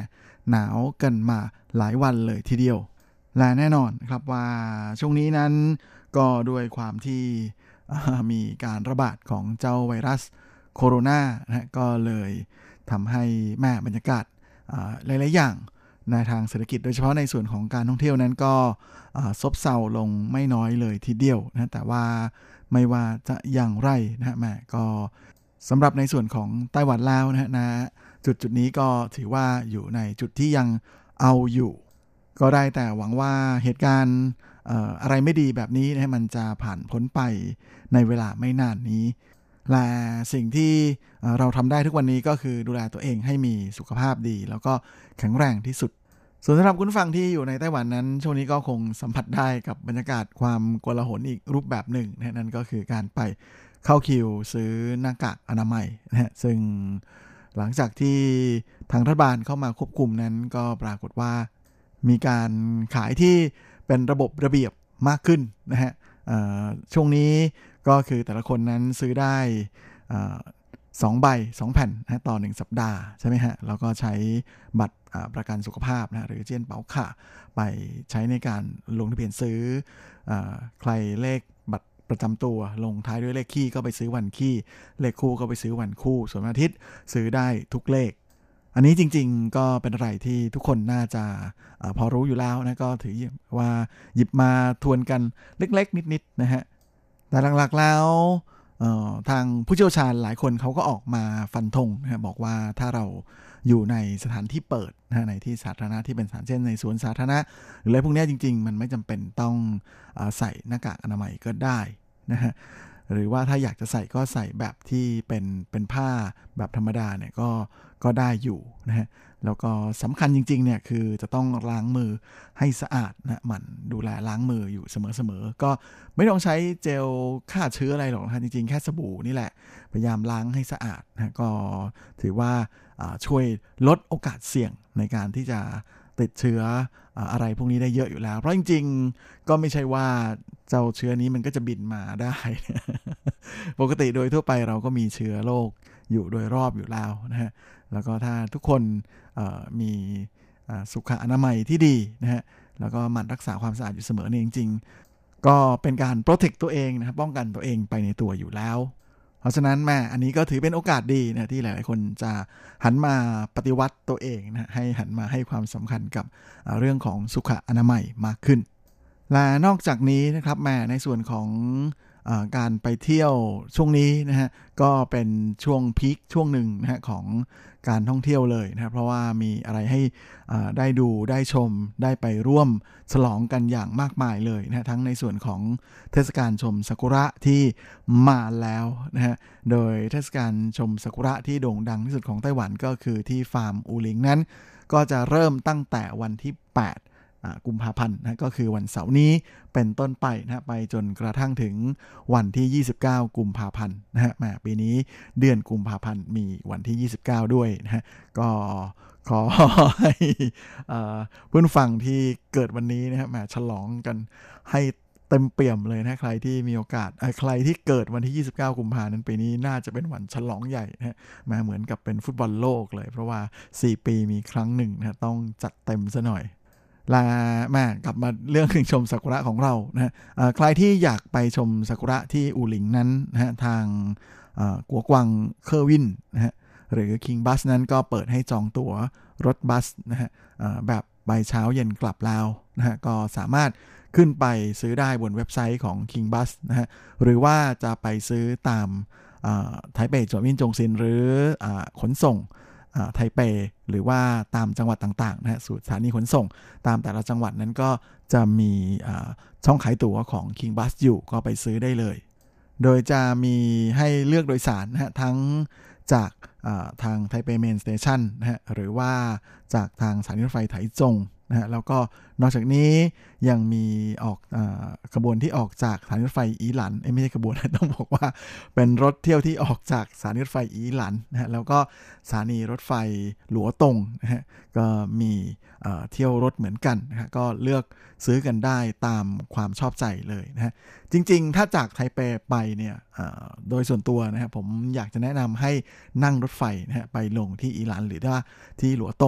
หนาวกันมาหลายวันเลยทีเดียวและแน่นอนครับว่าช่วงนี้นั้นก็ด้วยความที่มีการระบาดของเจ้าไวรัสโคโรนานะก็เลยทำให้แม่บรรยากาศหลายๆอย่างในทางเศรษฐกิจโดยเฉพาะในส่วนของการท่องเที่ยวนั้นก็ซบเซาลงไม่น้อยเลยทีเดียวนะแต่ว่าไม่ว่าจะอย่างไรนะฮะแม่ก็สำหรับในส่วนของไต้หวันแล้วนะฮะนะจุดจุดนี้ก็ถือว่าอยู่ในจุดที่ยังเอาอยู่ก็ได้แต่หวังว่าเหตุการณ์เอ่ออะไรไม่ดีแบบนี้นะมันจะผ่านพ้นไปในเวลาไม่นานนี้และสิ่งที่เราทำได้ทุกวันนี้ก็คือดูแลตัวเองให้มีสุขภาพดีแล้วก็แข็งแรงที่สุดส่วนสำหรับคุณฟังที่อยู่ในไต้หวันนั้นช่วงนี้ก็คงสัมผัสได้กับบรรยากาศความโกลาหลอีกรูปแบบหนึ่งนะนั่นก็คือการไปเข้าคิวซื้อหน้ากากอนามัยนะฮะซึ่งหลังจากที่ทางรัฐบาลเข้ามาควบคุมนั้นก็ปรากฏว่ามีการขายที่เป็นระบบระเบียบมากขึ้นนะฮะช่วงนี้ก็คือแต่ละคนนั้นซื้อได้สองใบสองแผ่นนะต่อหนึ่งสัปดาห์ใช่ไหมฮะแล้วก็ใช้บัตรประกันสุขภาพนะหรือเจี้ยนเป๋าข่าไปใช้ในการลงทะเบียนซื้อใครเลขบัตรประจำตัวลงท้ายด้วยเลขคี่ก็ไปซื้อวันคี่เลขคู่ก็ไปซื้อวันคู่ส่วนวันอาทิตย์ซื้อได้ทุกเลขอันนี้จริงๆก็เป็นอะไรที่ทุกคนน่าจะพอรู้อยู่แล้วนะก็ถือว่าหยิบมาทวนกันเล็กๆนิดๆนะฮะแต่หลักๆแล้วทางผู้เชี่ยวชาญหลายคนเขาก็ออกมาฟันธงนะบอกว่าถ้าเราอยู่ในสถานที่เปิดนะในที่สาธารณะที่เป็นสถานเช่นในสวนสาธารณะหรืออะไรพวกนี้จริงๆมันไม่จำเป็นต้องใส่หน้ากากอนามัยก็ได้นะฮะหรือว่าถ้าอยากจะใส่ก็ใส่แบบที่เป็นเป็นผ้าแบบธรรมดาเนี่ยก็ก็ได้อยู่นะฮะแล้วก็สำคัญจริงๆเนี่ยคือจะต้องล้างมือให้สะอาดนะหมั่นดูแลล้างมืออยู่เสมอๆก็ไม่ต้องใช้เจลฆ่าเชื้ออะไรหรอกนะจริงๆแค่สบู่นี่แหละพยายามล้างให้สะอาดนะก็ถือว่าช่วยลดโอกาสเสี่ยงในการที่จะติดเชื้ออะไรพวกนี้ได้เยอะอยู่แล้วเพราะจริงๆก็ไม่ใช่ว่าเจ้าเชื้อนี้มันก็จะบินมาได้ปกติโดยทั่วไปเราก็มีเชื้อโรคอยู่โดยรอบอยู่แล้วนะฮะแล้วก็ถ้าทุกคนมีสุขอนามัยที่ดีนะฮะแล้วก็หมั่นรักษาความสะอาดอยู่เสมอเนี่ยจริงๆก็เป็นการโปรเทคตัวเองนะครับป้องกันตัวเองไปในตัวอยู่แล้วเพราะฉะนั้นแม่อันนี้ก็ถือเป็นโอกาสดีนะที่หลายๆคนจะหันมาปฏิวัติตัวเองนะให้หันมาให้ความสำคัญกับเรื่องของสุขอนามัยมากขึ้นและนอกจากนี้นะครับแม่ในส่วนของการไปเที่ยวช่วงนี้นะฮะก็เป็นช่วงพีคช่วงหนึ่งนะฮะของการท่องเที่ยวเลยนะครับเพราะว่ามีอะไรให้ได้ดูได้ชมได้ไปร่วมฉลองกันอย่างมากมายเลยนะทั้งในส่วนของเทศกาลชมซากุระที่มาแล้วนะฮะโดยเทศกาลชมซากุระที่โด่งดังที่สุดของไต้หวันก็คือที่ฟาร์มอูหลิงนั้นก็จะเริ่มตั้งแต่วันที่แปดกุมภาพันธ์นะก็คือวันเสาร์นี้เป็นต้นไปนะไปจนกระทั่งถึงวันที่ยี่สิบเก้ากุมภาพันธ์นะฮะแหมปีนี้เดือนกุมภาพันธ์มีวันที่ยี่สิบเก้าด้วยนะฮะก็ขอให้เพื่อนฟังที่เกิดวันนี้นะฮะแหมฉลองกันให้เต็มเปี่ยมเลยนะใครที่มีโอกาสใครที่เกิดวันที่ยี่สิบเก้ากุมภาพันธ์นั้นปีนี้น่าจะเป็นวันฉลองใหญ่นะฮะมาเหมือนกับเป็นฟุตบอลโลกเลยเพราะว่าสี่ปีมีครั้งหนึ่งนะต้องจัดเต็มซะหน่อยลาแม่กลับมาเรื่องชมซากุระของเรานะฮะใครที่อยากไปชมซากุระที่อูหลิงนั้นนะฮะทางกัวกวางเคอร์วินนะฮะหรือ King Bus นั้นก็เปิดให้จองตั๋วรถบัสนะฮะแบบใบเช้าเย็นกลับแล้วนะฮะก็สามารถขึ้นไปซื้อได้บนเว็บไซต์ของ King Bus นะฮะหรือว่าจะไปซื้อตามไทเปจวนวินจงซินหรือขนส่งไทเปหรือว่าตามจังหวัดต่างๆนะฮะสถานีขนส่งตามแต่ละจังหวัดนั้นก็จะมีช่องขายตั๋วของ King Bus อยู่ก็ไปซื้อได้เลยโดยจะมีให้เลือกโดยสารนะฮะทั้งจากทางไทเปเมนสเตชันนะฮะหรือว่าจากทางสถานีรถไฟไถจงนะฮะแล้วก็นอกจากนี้ยังมีออกขบวนที่ออกจากสถานีรถไฟอีหลันไม่ใช่ขบวนต้องบอกว่าเป็นรถเที่ยวที่ออกจากสถานีรถไฟอีหลันนะฮะแล้วก็สถานีรถไฟหลัวตงนะฮะก็มีเที่ยวรถเหมือนกันนะฮะก็เลือกซื้อกันได้ตามความชอบใจเลยนะฮะจริงๆถ้าจากไทเปไปเนี่ยโดยส่วนตัวนะครับผมอยากจะแนะนำให้นั่งรถไฟนะฮะไปลงที่อีหลันหรือว่าที่หลัวตง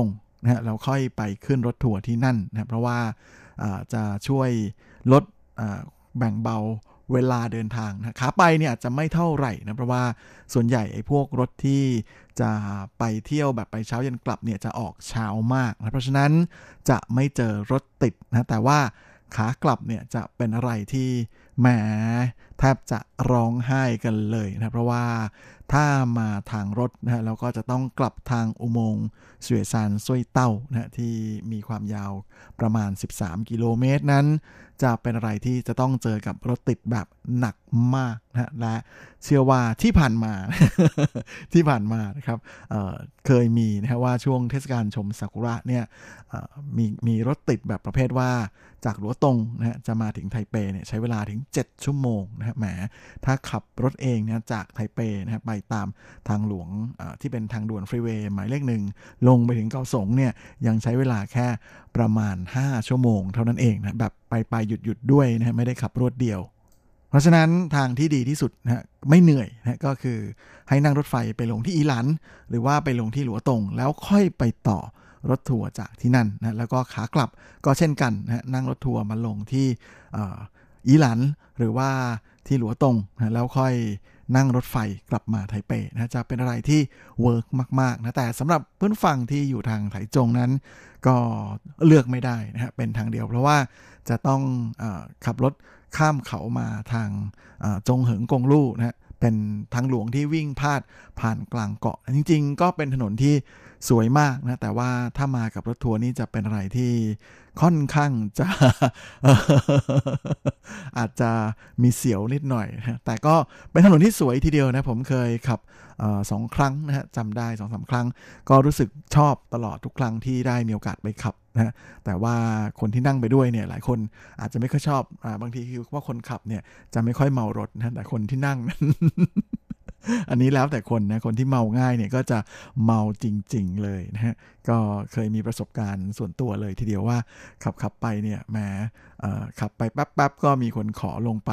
นะฮะแล้วค่อยไปขึ้นรถทัวร์ที่นั่นนะเพราะว่าจะช่วยลดแบ่งเบาเวลาเดินทางนะขาไปเนี่ยอาจจะไม่เท่าไหร่นะเพราะว่าส่วนใหญ่ไอ้พวกรถที่จะไปเที่ยวแบบไปเช้าเย็นกลับเนี่ยจะออกเช้ามากนะเพราะฉะนั้นจะไม่เจอรถติดนะแต่ว่าขากลับเนี่ยจะเป็นอะไรที่แหมแทบจะร้องไห้กันเลยนะเพราะว่าถ้ามาทางรถนะแล้วก็จะต้องกลับทางอุโมงค์เสวยซานซุยเต้านะที่มีความยาวประมาณสิบสามกิโลเมตรนั้นจะเป็นอะไรที่จะต้องเจอกับรถติดแบบหนักมากนะและเชื่อว่าที่ผ่านมา ที่ผ่านมานะครับ เอ่อ เคยมีนะว่าช่วงเทศกาลชมซากุระเนี่ยมีมีรถติดแบบประเภทว่าจากหลัวตงนะฮะจะมาถึงไทเปเนี่ยใช้เวลาถึงเจ็ดชั่วโมงนะฮะแหมถ้าขับรถเองเนี่ยจากไทเปนะฮะไปตามทางหลวงที่เป็นทางด่วนฟรีเวย์หมายเลขหนึ่งลงไปถึงเกาสงเนี่ยยังใช้เวลาแค่ประมาณห้าชั่วโมงเท่านั้นเองนะแบบไปไปหยุดหยุดด้วยนะฮะไม่ได้ขับรถเดียวเพราะฉะนั้นทางที่ดีที่สุดนะฮะไม่เหนื่อยนะก็คือให้นั่งรถไฟไปลงที่อีหลันหรือว่าไปลงที่หลัวตงแล้วค่อยไปต่อรถทัวร์จากที่นั่นนะแล้วก็ขากลับก็เช่นกันนะนั่งรถทัวร์มาลงที่อีหลันหรือว่าที่หลัวตงนะแล้วค่อยนั่งรถไฟกลับมาไทเปนะจะเป็นอะไรที่เวิร์กมากๆนะแต่สำหรับเพื่อนฟังที่อยู่ทางไถจงนั้นก็เลือกไม่ได้นะฮะเป็นทางเดียวเพราะว่าจะต้องเอ่อขับรถข้ามเขามาทางจงเหิงกงลู่นะฮะเป็นทางหลวงที่วิ่งพาดผ่านกลางเกาะจริงๆก็เป็นถนนที่สวยมากนะแต่ว่าถ้ามากับรถทัวร์นี่จะเป็นอะไรที่ค่อนข้างจะ อาจจะมีเสียวนิดหน่อยนะแต่ก็เป็นถนนที่สวยทีเดียวนะผมเคยขับสองครั้งนะฮะจำได้ สองสาม ครั้งก็รู้สึกชอบตลอดทุกครั้งที่ได้มีโอกาสไปขับนะแต่ว่าคนที่นั่งไปด้วยเนี่ยหลายคนอาจจะไม่ค่อยชอบบางทีคือว่าคนขับเนี่ยจะไม่ค่อยเมารถนะแต่คนที่นั่ง อันนี้แล้วแต่คนนะคนที่เมาง่ายเนี่ยก็จะเมาจริงๆเลยนะฮะก็เคยมีประสบการณ์ส่วนตัวเลยทีเดียวว่าขับขับไปเนี่ยแหมขับไปแป๊บๆก็มีคนขอลงไป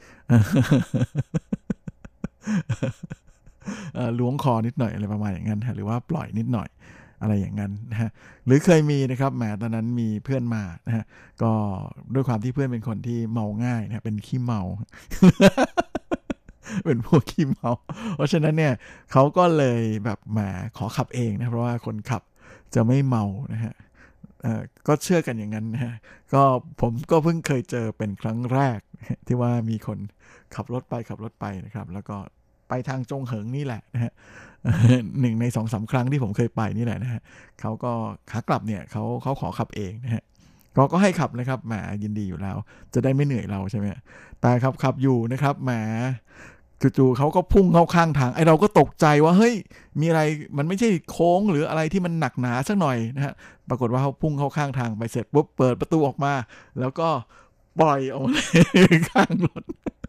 ล้วงคอนิดหน่อยอะไรประมาณอย่างนั้นหรือว่าปล่อยนิดหน่อยอะไรอย่างนั้นนะฮะหรือเคยมีนะครับแหมตอนนั้นมีเพื่อนมานะฮะก็ด้วยความที่เพื่อนเป็นคนที่เมาง่ายนะเป็นขี้เมา เป็นพวกขี้เมาเพราะฉะนั้นเนี่ยเขาก็เลยแบบแหมขอขับเองนะเพราะว่าคนขับจะไม่เมานะฮะเอ่อก็เชื่อกันอย่างนั้นนะฮะก็ผมก็เพิ่งเคยเจอเป็นครั้งแรกที่ว่ามีคนขับรถไปขับรถไปนะครับแล้วก็ไปทางจงเหิงนี่แหละนะฮะหนึ่งใน สองสาม ครั้งที่ผมเคยไปนี่แหละนะฮะเขาก็ขากลับเนี่ยเขาเขาขอขับเองนะฮะก็ก็ให้ขับนะครับแหมยินดีอยู่แล้วจะได้ไม่เหนื่อยเราใช่ไหมแต่ขับขับอยู่นะครับแหมจู่ๆเขาก็พุ่งเข้าข้างทางไอเราก็ตกใจว่าเฮ้ยมีอะไรมันไม่ใช่โค้งหรืออะไรที่มันหนักหนาสักหน่อยนะฮะปรากฏว่าเขาพุ่งเข้าข้างทางไปเสร็จปุ๊บเปิดประตูออกมาแล้วก็ปล่อยออกมาข้างรถ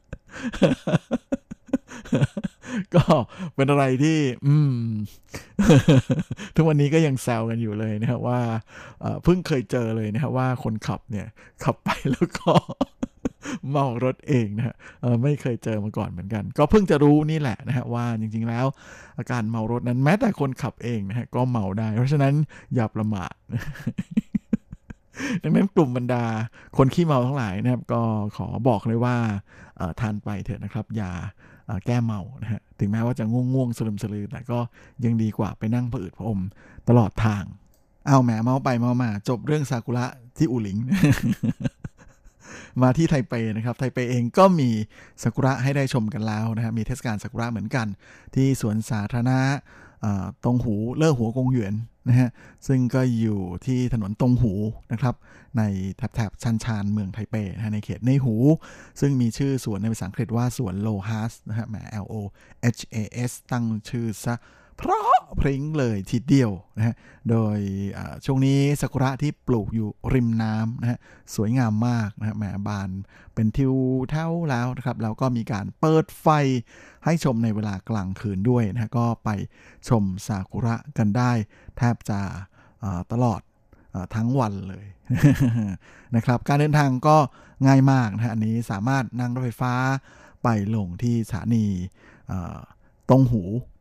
ก็เป็นอะไรที่อืม ทุกวันนี้ก็ยังแซวกันอยู่เลยนะครับว่าเพิ่งเคยเจอเลยนะครับว่าคนขับเนี่ยขับไปแล้วก็ เมารถเองนะฮะไม่เคยเจอมาก่อนเหมือนกันก็เพิ่งจะรู้นี่แหละนะฮะว่าจริงๆแล้วอาการเมารถนั้นแม้แต่คนขับเองนะฮะก็เมาได้เพราะฉะนั้นอย่าประมาท ดังนั้นกลุ่มบรรดาคนขี้เมาทั้งหลายนะครับก็ขอบอกเลยว่าทานไปเถอะนะครับอย่าแก้เมานะฮะถึงแม้ว่าจะง่วงๆสลึมสลือแต่ก็ยังดีกว่าไปนั่งผะอืดผะอมตลอดทางเอาแหมเมาไปเมามาจบเรื่องซากุระที่อูหลิง มาที่ไทเปนะครับไทเปเองก็มีซากุระให้ได้ชมกันแล้วนะฮะมีเทศกาลซากุระเหมือนกันที่สวนสาธารณะตงหูเล่อหัวกงหยวนนะฮะซึ่งก็อยู่ที่ถนนตงหูนะครับในแถบๆชันชานเมืองไทเปนะฮะในเขตในหูซึ่งมีชื่อสวนในภาษาอังกฤษว่าสวนโลฮัสนะฮะแหม L O H A S ตั้งชื่อซะเพราะพริ้งเลยทีเดียวนะฮะโดยช่วงนี้ซากุระที่ปลูกอยู่ริมน้ำนะฮะสวยงามมากนะฮะแหมบานเป็นทิวเท่าแล้วนะครับแล้วก็มีการเปิดไฟให้ชมในเวลากลางคืนด้วยนะฮะก็ไปชมซากุระกันได้แทบจะตลอดทั้งวันเลย นะครับการเดินทางก็ง่ายมากนะฮะอันนี้สามารถนั่งรถไฟฟ้าไปลงที่สถานีตงหูนะครับ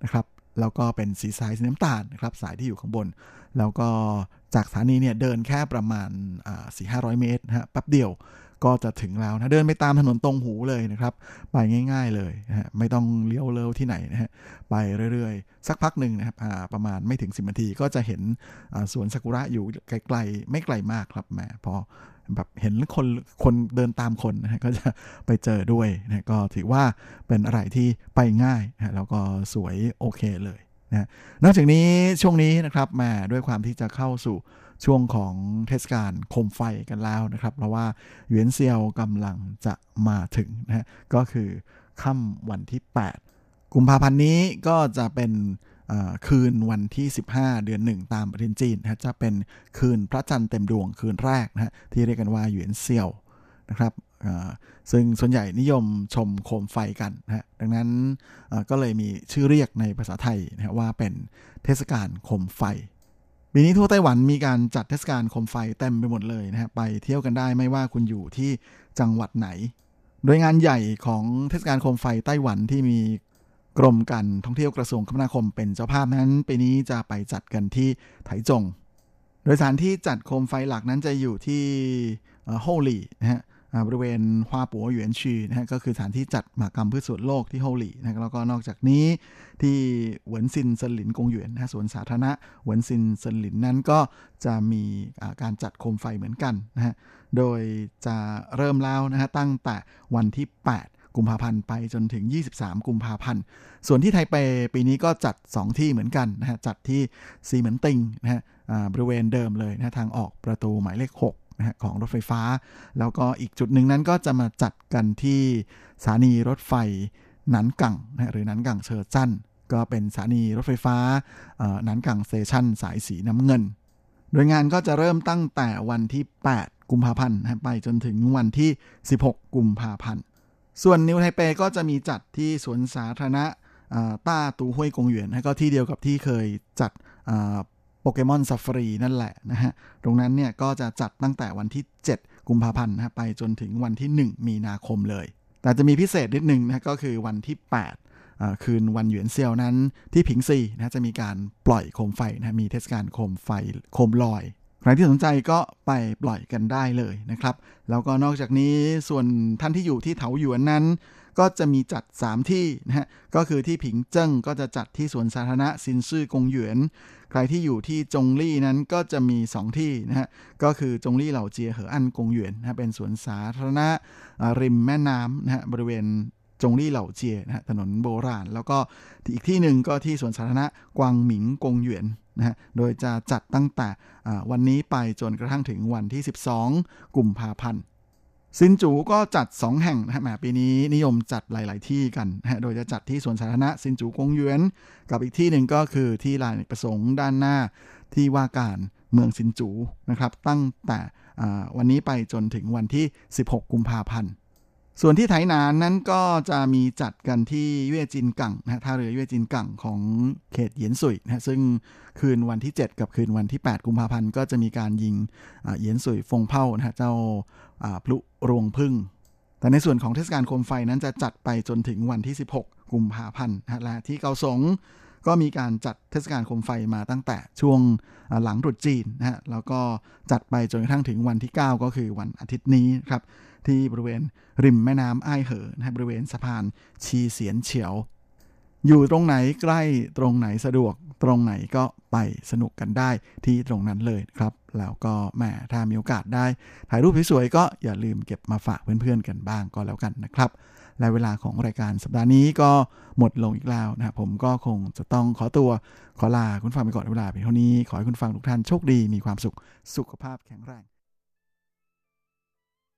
แล้วก็เป็นสีสายสีน้ำตาลนะครับสายที่อยู่ข้างบนแล้วก็จากสถานีเนี่ยเดินแค่ประมาณ สี่ถึงห้าร้อย เมตรนะฮะแป๊บเดียวก็จะถึงแล้วนะเดินไปตามถนนตรงหูเลยนะครับไปง่ายๆเลยนะฮะไม่ต้องเลี้ยวเลวที่ไหนนะฮะไปเรื่อยๆสักพักหนึ่งนะครับประมาณไม่ถึงสิบนาทีก็จะเห็นสวนซากุระอยู่ไกลๆไม่ไกลมากครับแหมพอแบบเห็นคนคนเดินตามคนนะฮะก็จะไปเจอด้วยนะก็ถือว่าเป็นอะไรที่ไปง่ายนะแล้วก็สวยโอเคเลยนะนอกจากนี้ช่วงนี้นะครับมาด้วยความที่จะเข้าสู่ช่วงของเทศกาลโคมไฟกันแล้วนะครับเพราะว่าเหวียนเซียวกำลังจะมาถึงนะฮะก็คือค่ำวันที่แปดกุมภาพันธ์นี้ก็จะเป็นคืนวันที่สิบห้าเดือนหนึ่งตามปฏิทินจีนนะจะเป็นคืนพระจันทร์เต็มดวงคืนแรกนะฮะที่เรียกกันว่าเหวียนเซียวนะครับซึ่งส่วนใหญ่นิยมชมโคมไฟกันนะฮะดังนั้นก็เลยมีชื่อเรียกในภาษาไทยนะฮะว่าเป็นเทศกาลโคมไฟปีนี้ทั่วไต้หวันมีการจัดเทศกาลโคมไฟเต็มไปหมดเลยนะฮะไปเที่ยวกันได้ไม่ว่าคุณอยู่ที่จังหวัดไหนโดยงานใหญ่ของเทศกาลโคมไฟไต้หวันที่มีกรมการท่องเที่ยวกระทรวงคมนาคมเป็นเจ้าภาพนั้นปีนี้จะไปจัดกันที่ไถจงโดยสถานที่จัดโคมไฟหลักนั้นจะอยู่ที่โฮลี่นะฮะบริเวณฮวาปัวหยวนชีนะฮะก็คือสถานที่จัดมหกรรมพืชสวนโลกที่โฮลี่นะแล้วก็นอกจากนี้ที่เหวินซินเซินหลินกงหยวนนะสวนสาธารณะเหวินซินเซินหลินนั้นก็จะมีการจัดโคมไฟเหมือนกันนะฮะโดยจะเริ่มแล้วนะฮะตั้งแต่วันที่แปดกุมภาพันธ์ไปจนถึงยี่สิบสามกุมภาพันธ์ส่วนที่ไทเปปีนี้ก็จัดสองที่เหมือนกันนะฮะจัดที่ซีเหมินติงนะฮะบริเวณเดิมเลยนะทางออกประตูหมายเลขหกของรถไฟฟ้าแล้วก็อีกจุดหนึ่งนั้นก็จะมาจัดกันที่สถานีรถไฟหนานกังนะหรือหนานกังเชอจั่นก็เป็นสถานีรถไฟฟ้าหนานกังสเตชันสายสีน้ำเงินโดยงานก็จะเริ่มตั้งแต่วันที่แปดกุมภาพันธ์ไปจนถึงวันที่สิบหกกุมภาพันธ์ส่วนนิวไทเปก็จะมีจัดที่สวนสาธารณะต้าตูห้วยกงหยวนก็ที่เดียวกับที่เคยจัดโปเกมอนซาฟารีนั่นแหละนะฮะตรงนั้นเนี่ยก็จะจัดตั้งแต่วันที่เจ็ดกุมภาพันธ์นะไปจนถึงวันที่หนึ่งมีนาคมเลยแต่จะมีพิเศษนิดนึงนะก็คือวันที่แปดคืนวันเหวียนเซียวนั้นที่ผิงซีนะจะมีการปล่อยโคมไฟนะมีเทศกาลโคมไฟโคมลอยใครที่สนใจก็ไปปล่อยกันได้เลยนะครับแล้วก็นอกจากนี้ส่วนท่านที่อยู่ที่เถาหยวนนั้นก็จะมีจัดสามที่นะฮะก็คือที่ผิงเจิ้งก็จะจัดที่สวนสาธารณะซินซื่อกงหยวนใครที่อยู่ที่จงลี่นั้นก็จะมีสองที่นะฮะก็คือจงลี่เหล่าเจียเหออันกงหยวนนะเป็นสวนสาธารณะริมแม่น้ำนะฮะบริเวณจงลี่เหล่าเจียนะฮะถนนโบราณแล้วก็อีกที่หนึ่งก็ที่สวนสาธารณะกวางหมิงกงหยวนนะฮะโดยจะจัดตั้งแต่วันนี้ไปจนกระทั่งถึงวันที่สิบสองกุมภาพันธ์ซินจูก็จัดสองแห่งนะฮะปีนี้นิยมจัดหลายๆที่กันนะฮะโดยจะจัดที่สวนสาธารณะซินจูกงหยวนกับอีกที่หนึ่งก็คือที่ลานอเนกประสงค์ด้านหน้าที่ว่าการเมืองซินจูนะครับตั้งแต่วันนี้ไปจนถึงวันที่สิบหกกุมภาพันธ์ส่วนที่ไถหนานนั้นก็จะมีจัดกันที่เย่จินกังนะท่าเรือเย่จินกังของเขตเหยียนสุยนะซึ่งคืนวันที่เจ็ดกับคืนวันที่แปดกุมภาพันธ์ก็จะมีการยิงเหยียนสุยฟงเผ่านะฮะเจ้าพลุรวงพึ่งแต่ในส่วนของเทศกาลโคมไฟนั้นจะจัดไปจนถึงวันที่สิบหกกุมภาพันธ์นะและที่เกาสงก็มีการจัดเทศกาลโคมไฟมาตั้งแต่ช่วงหลังตรุษจีนนะฮะแล้วก็จัดไปจนกระทั่งถึงวันที่เก้าก็คือวันอาทิตย์นี้ครับที่บริเวณริมแม่น้ำอ้ายเหอนะบริเวณสะพานชีเสียนเฉียวอยู่ตรงไหนใกล้ตรงไหนสะดวกตรงไหนก็ไปสนุกกันได้ที่ตรงนั้นเลยครับแล้วก็แหมถ้ามีโอกาสได้ถ่ายรูปสวยๆก็อย่าลืมเก็บมาฝากเพื่อนๆกันบ้างก็แล้วกันนะครับและเวลาของรายการสัปดาห์นี้ก็หมดลงอีกแล้วนะครับผมก็คงจะต้องขอตัวขอลาคุณฟังไปก่อนเวลาเพียงเท่านี้ขอให้คุณฟังทุกท่านโชคดีมีความสุขสุขภาพแข็งแรง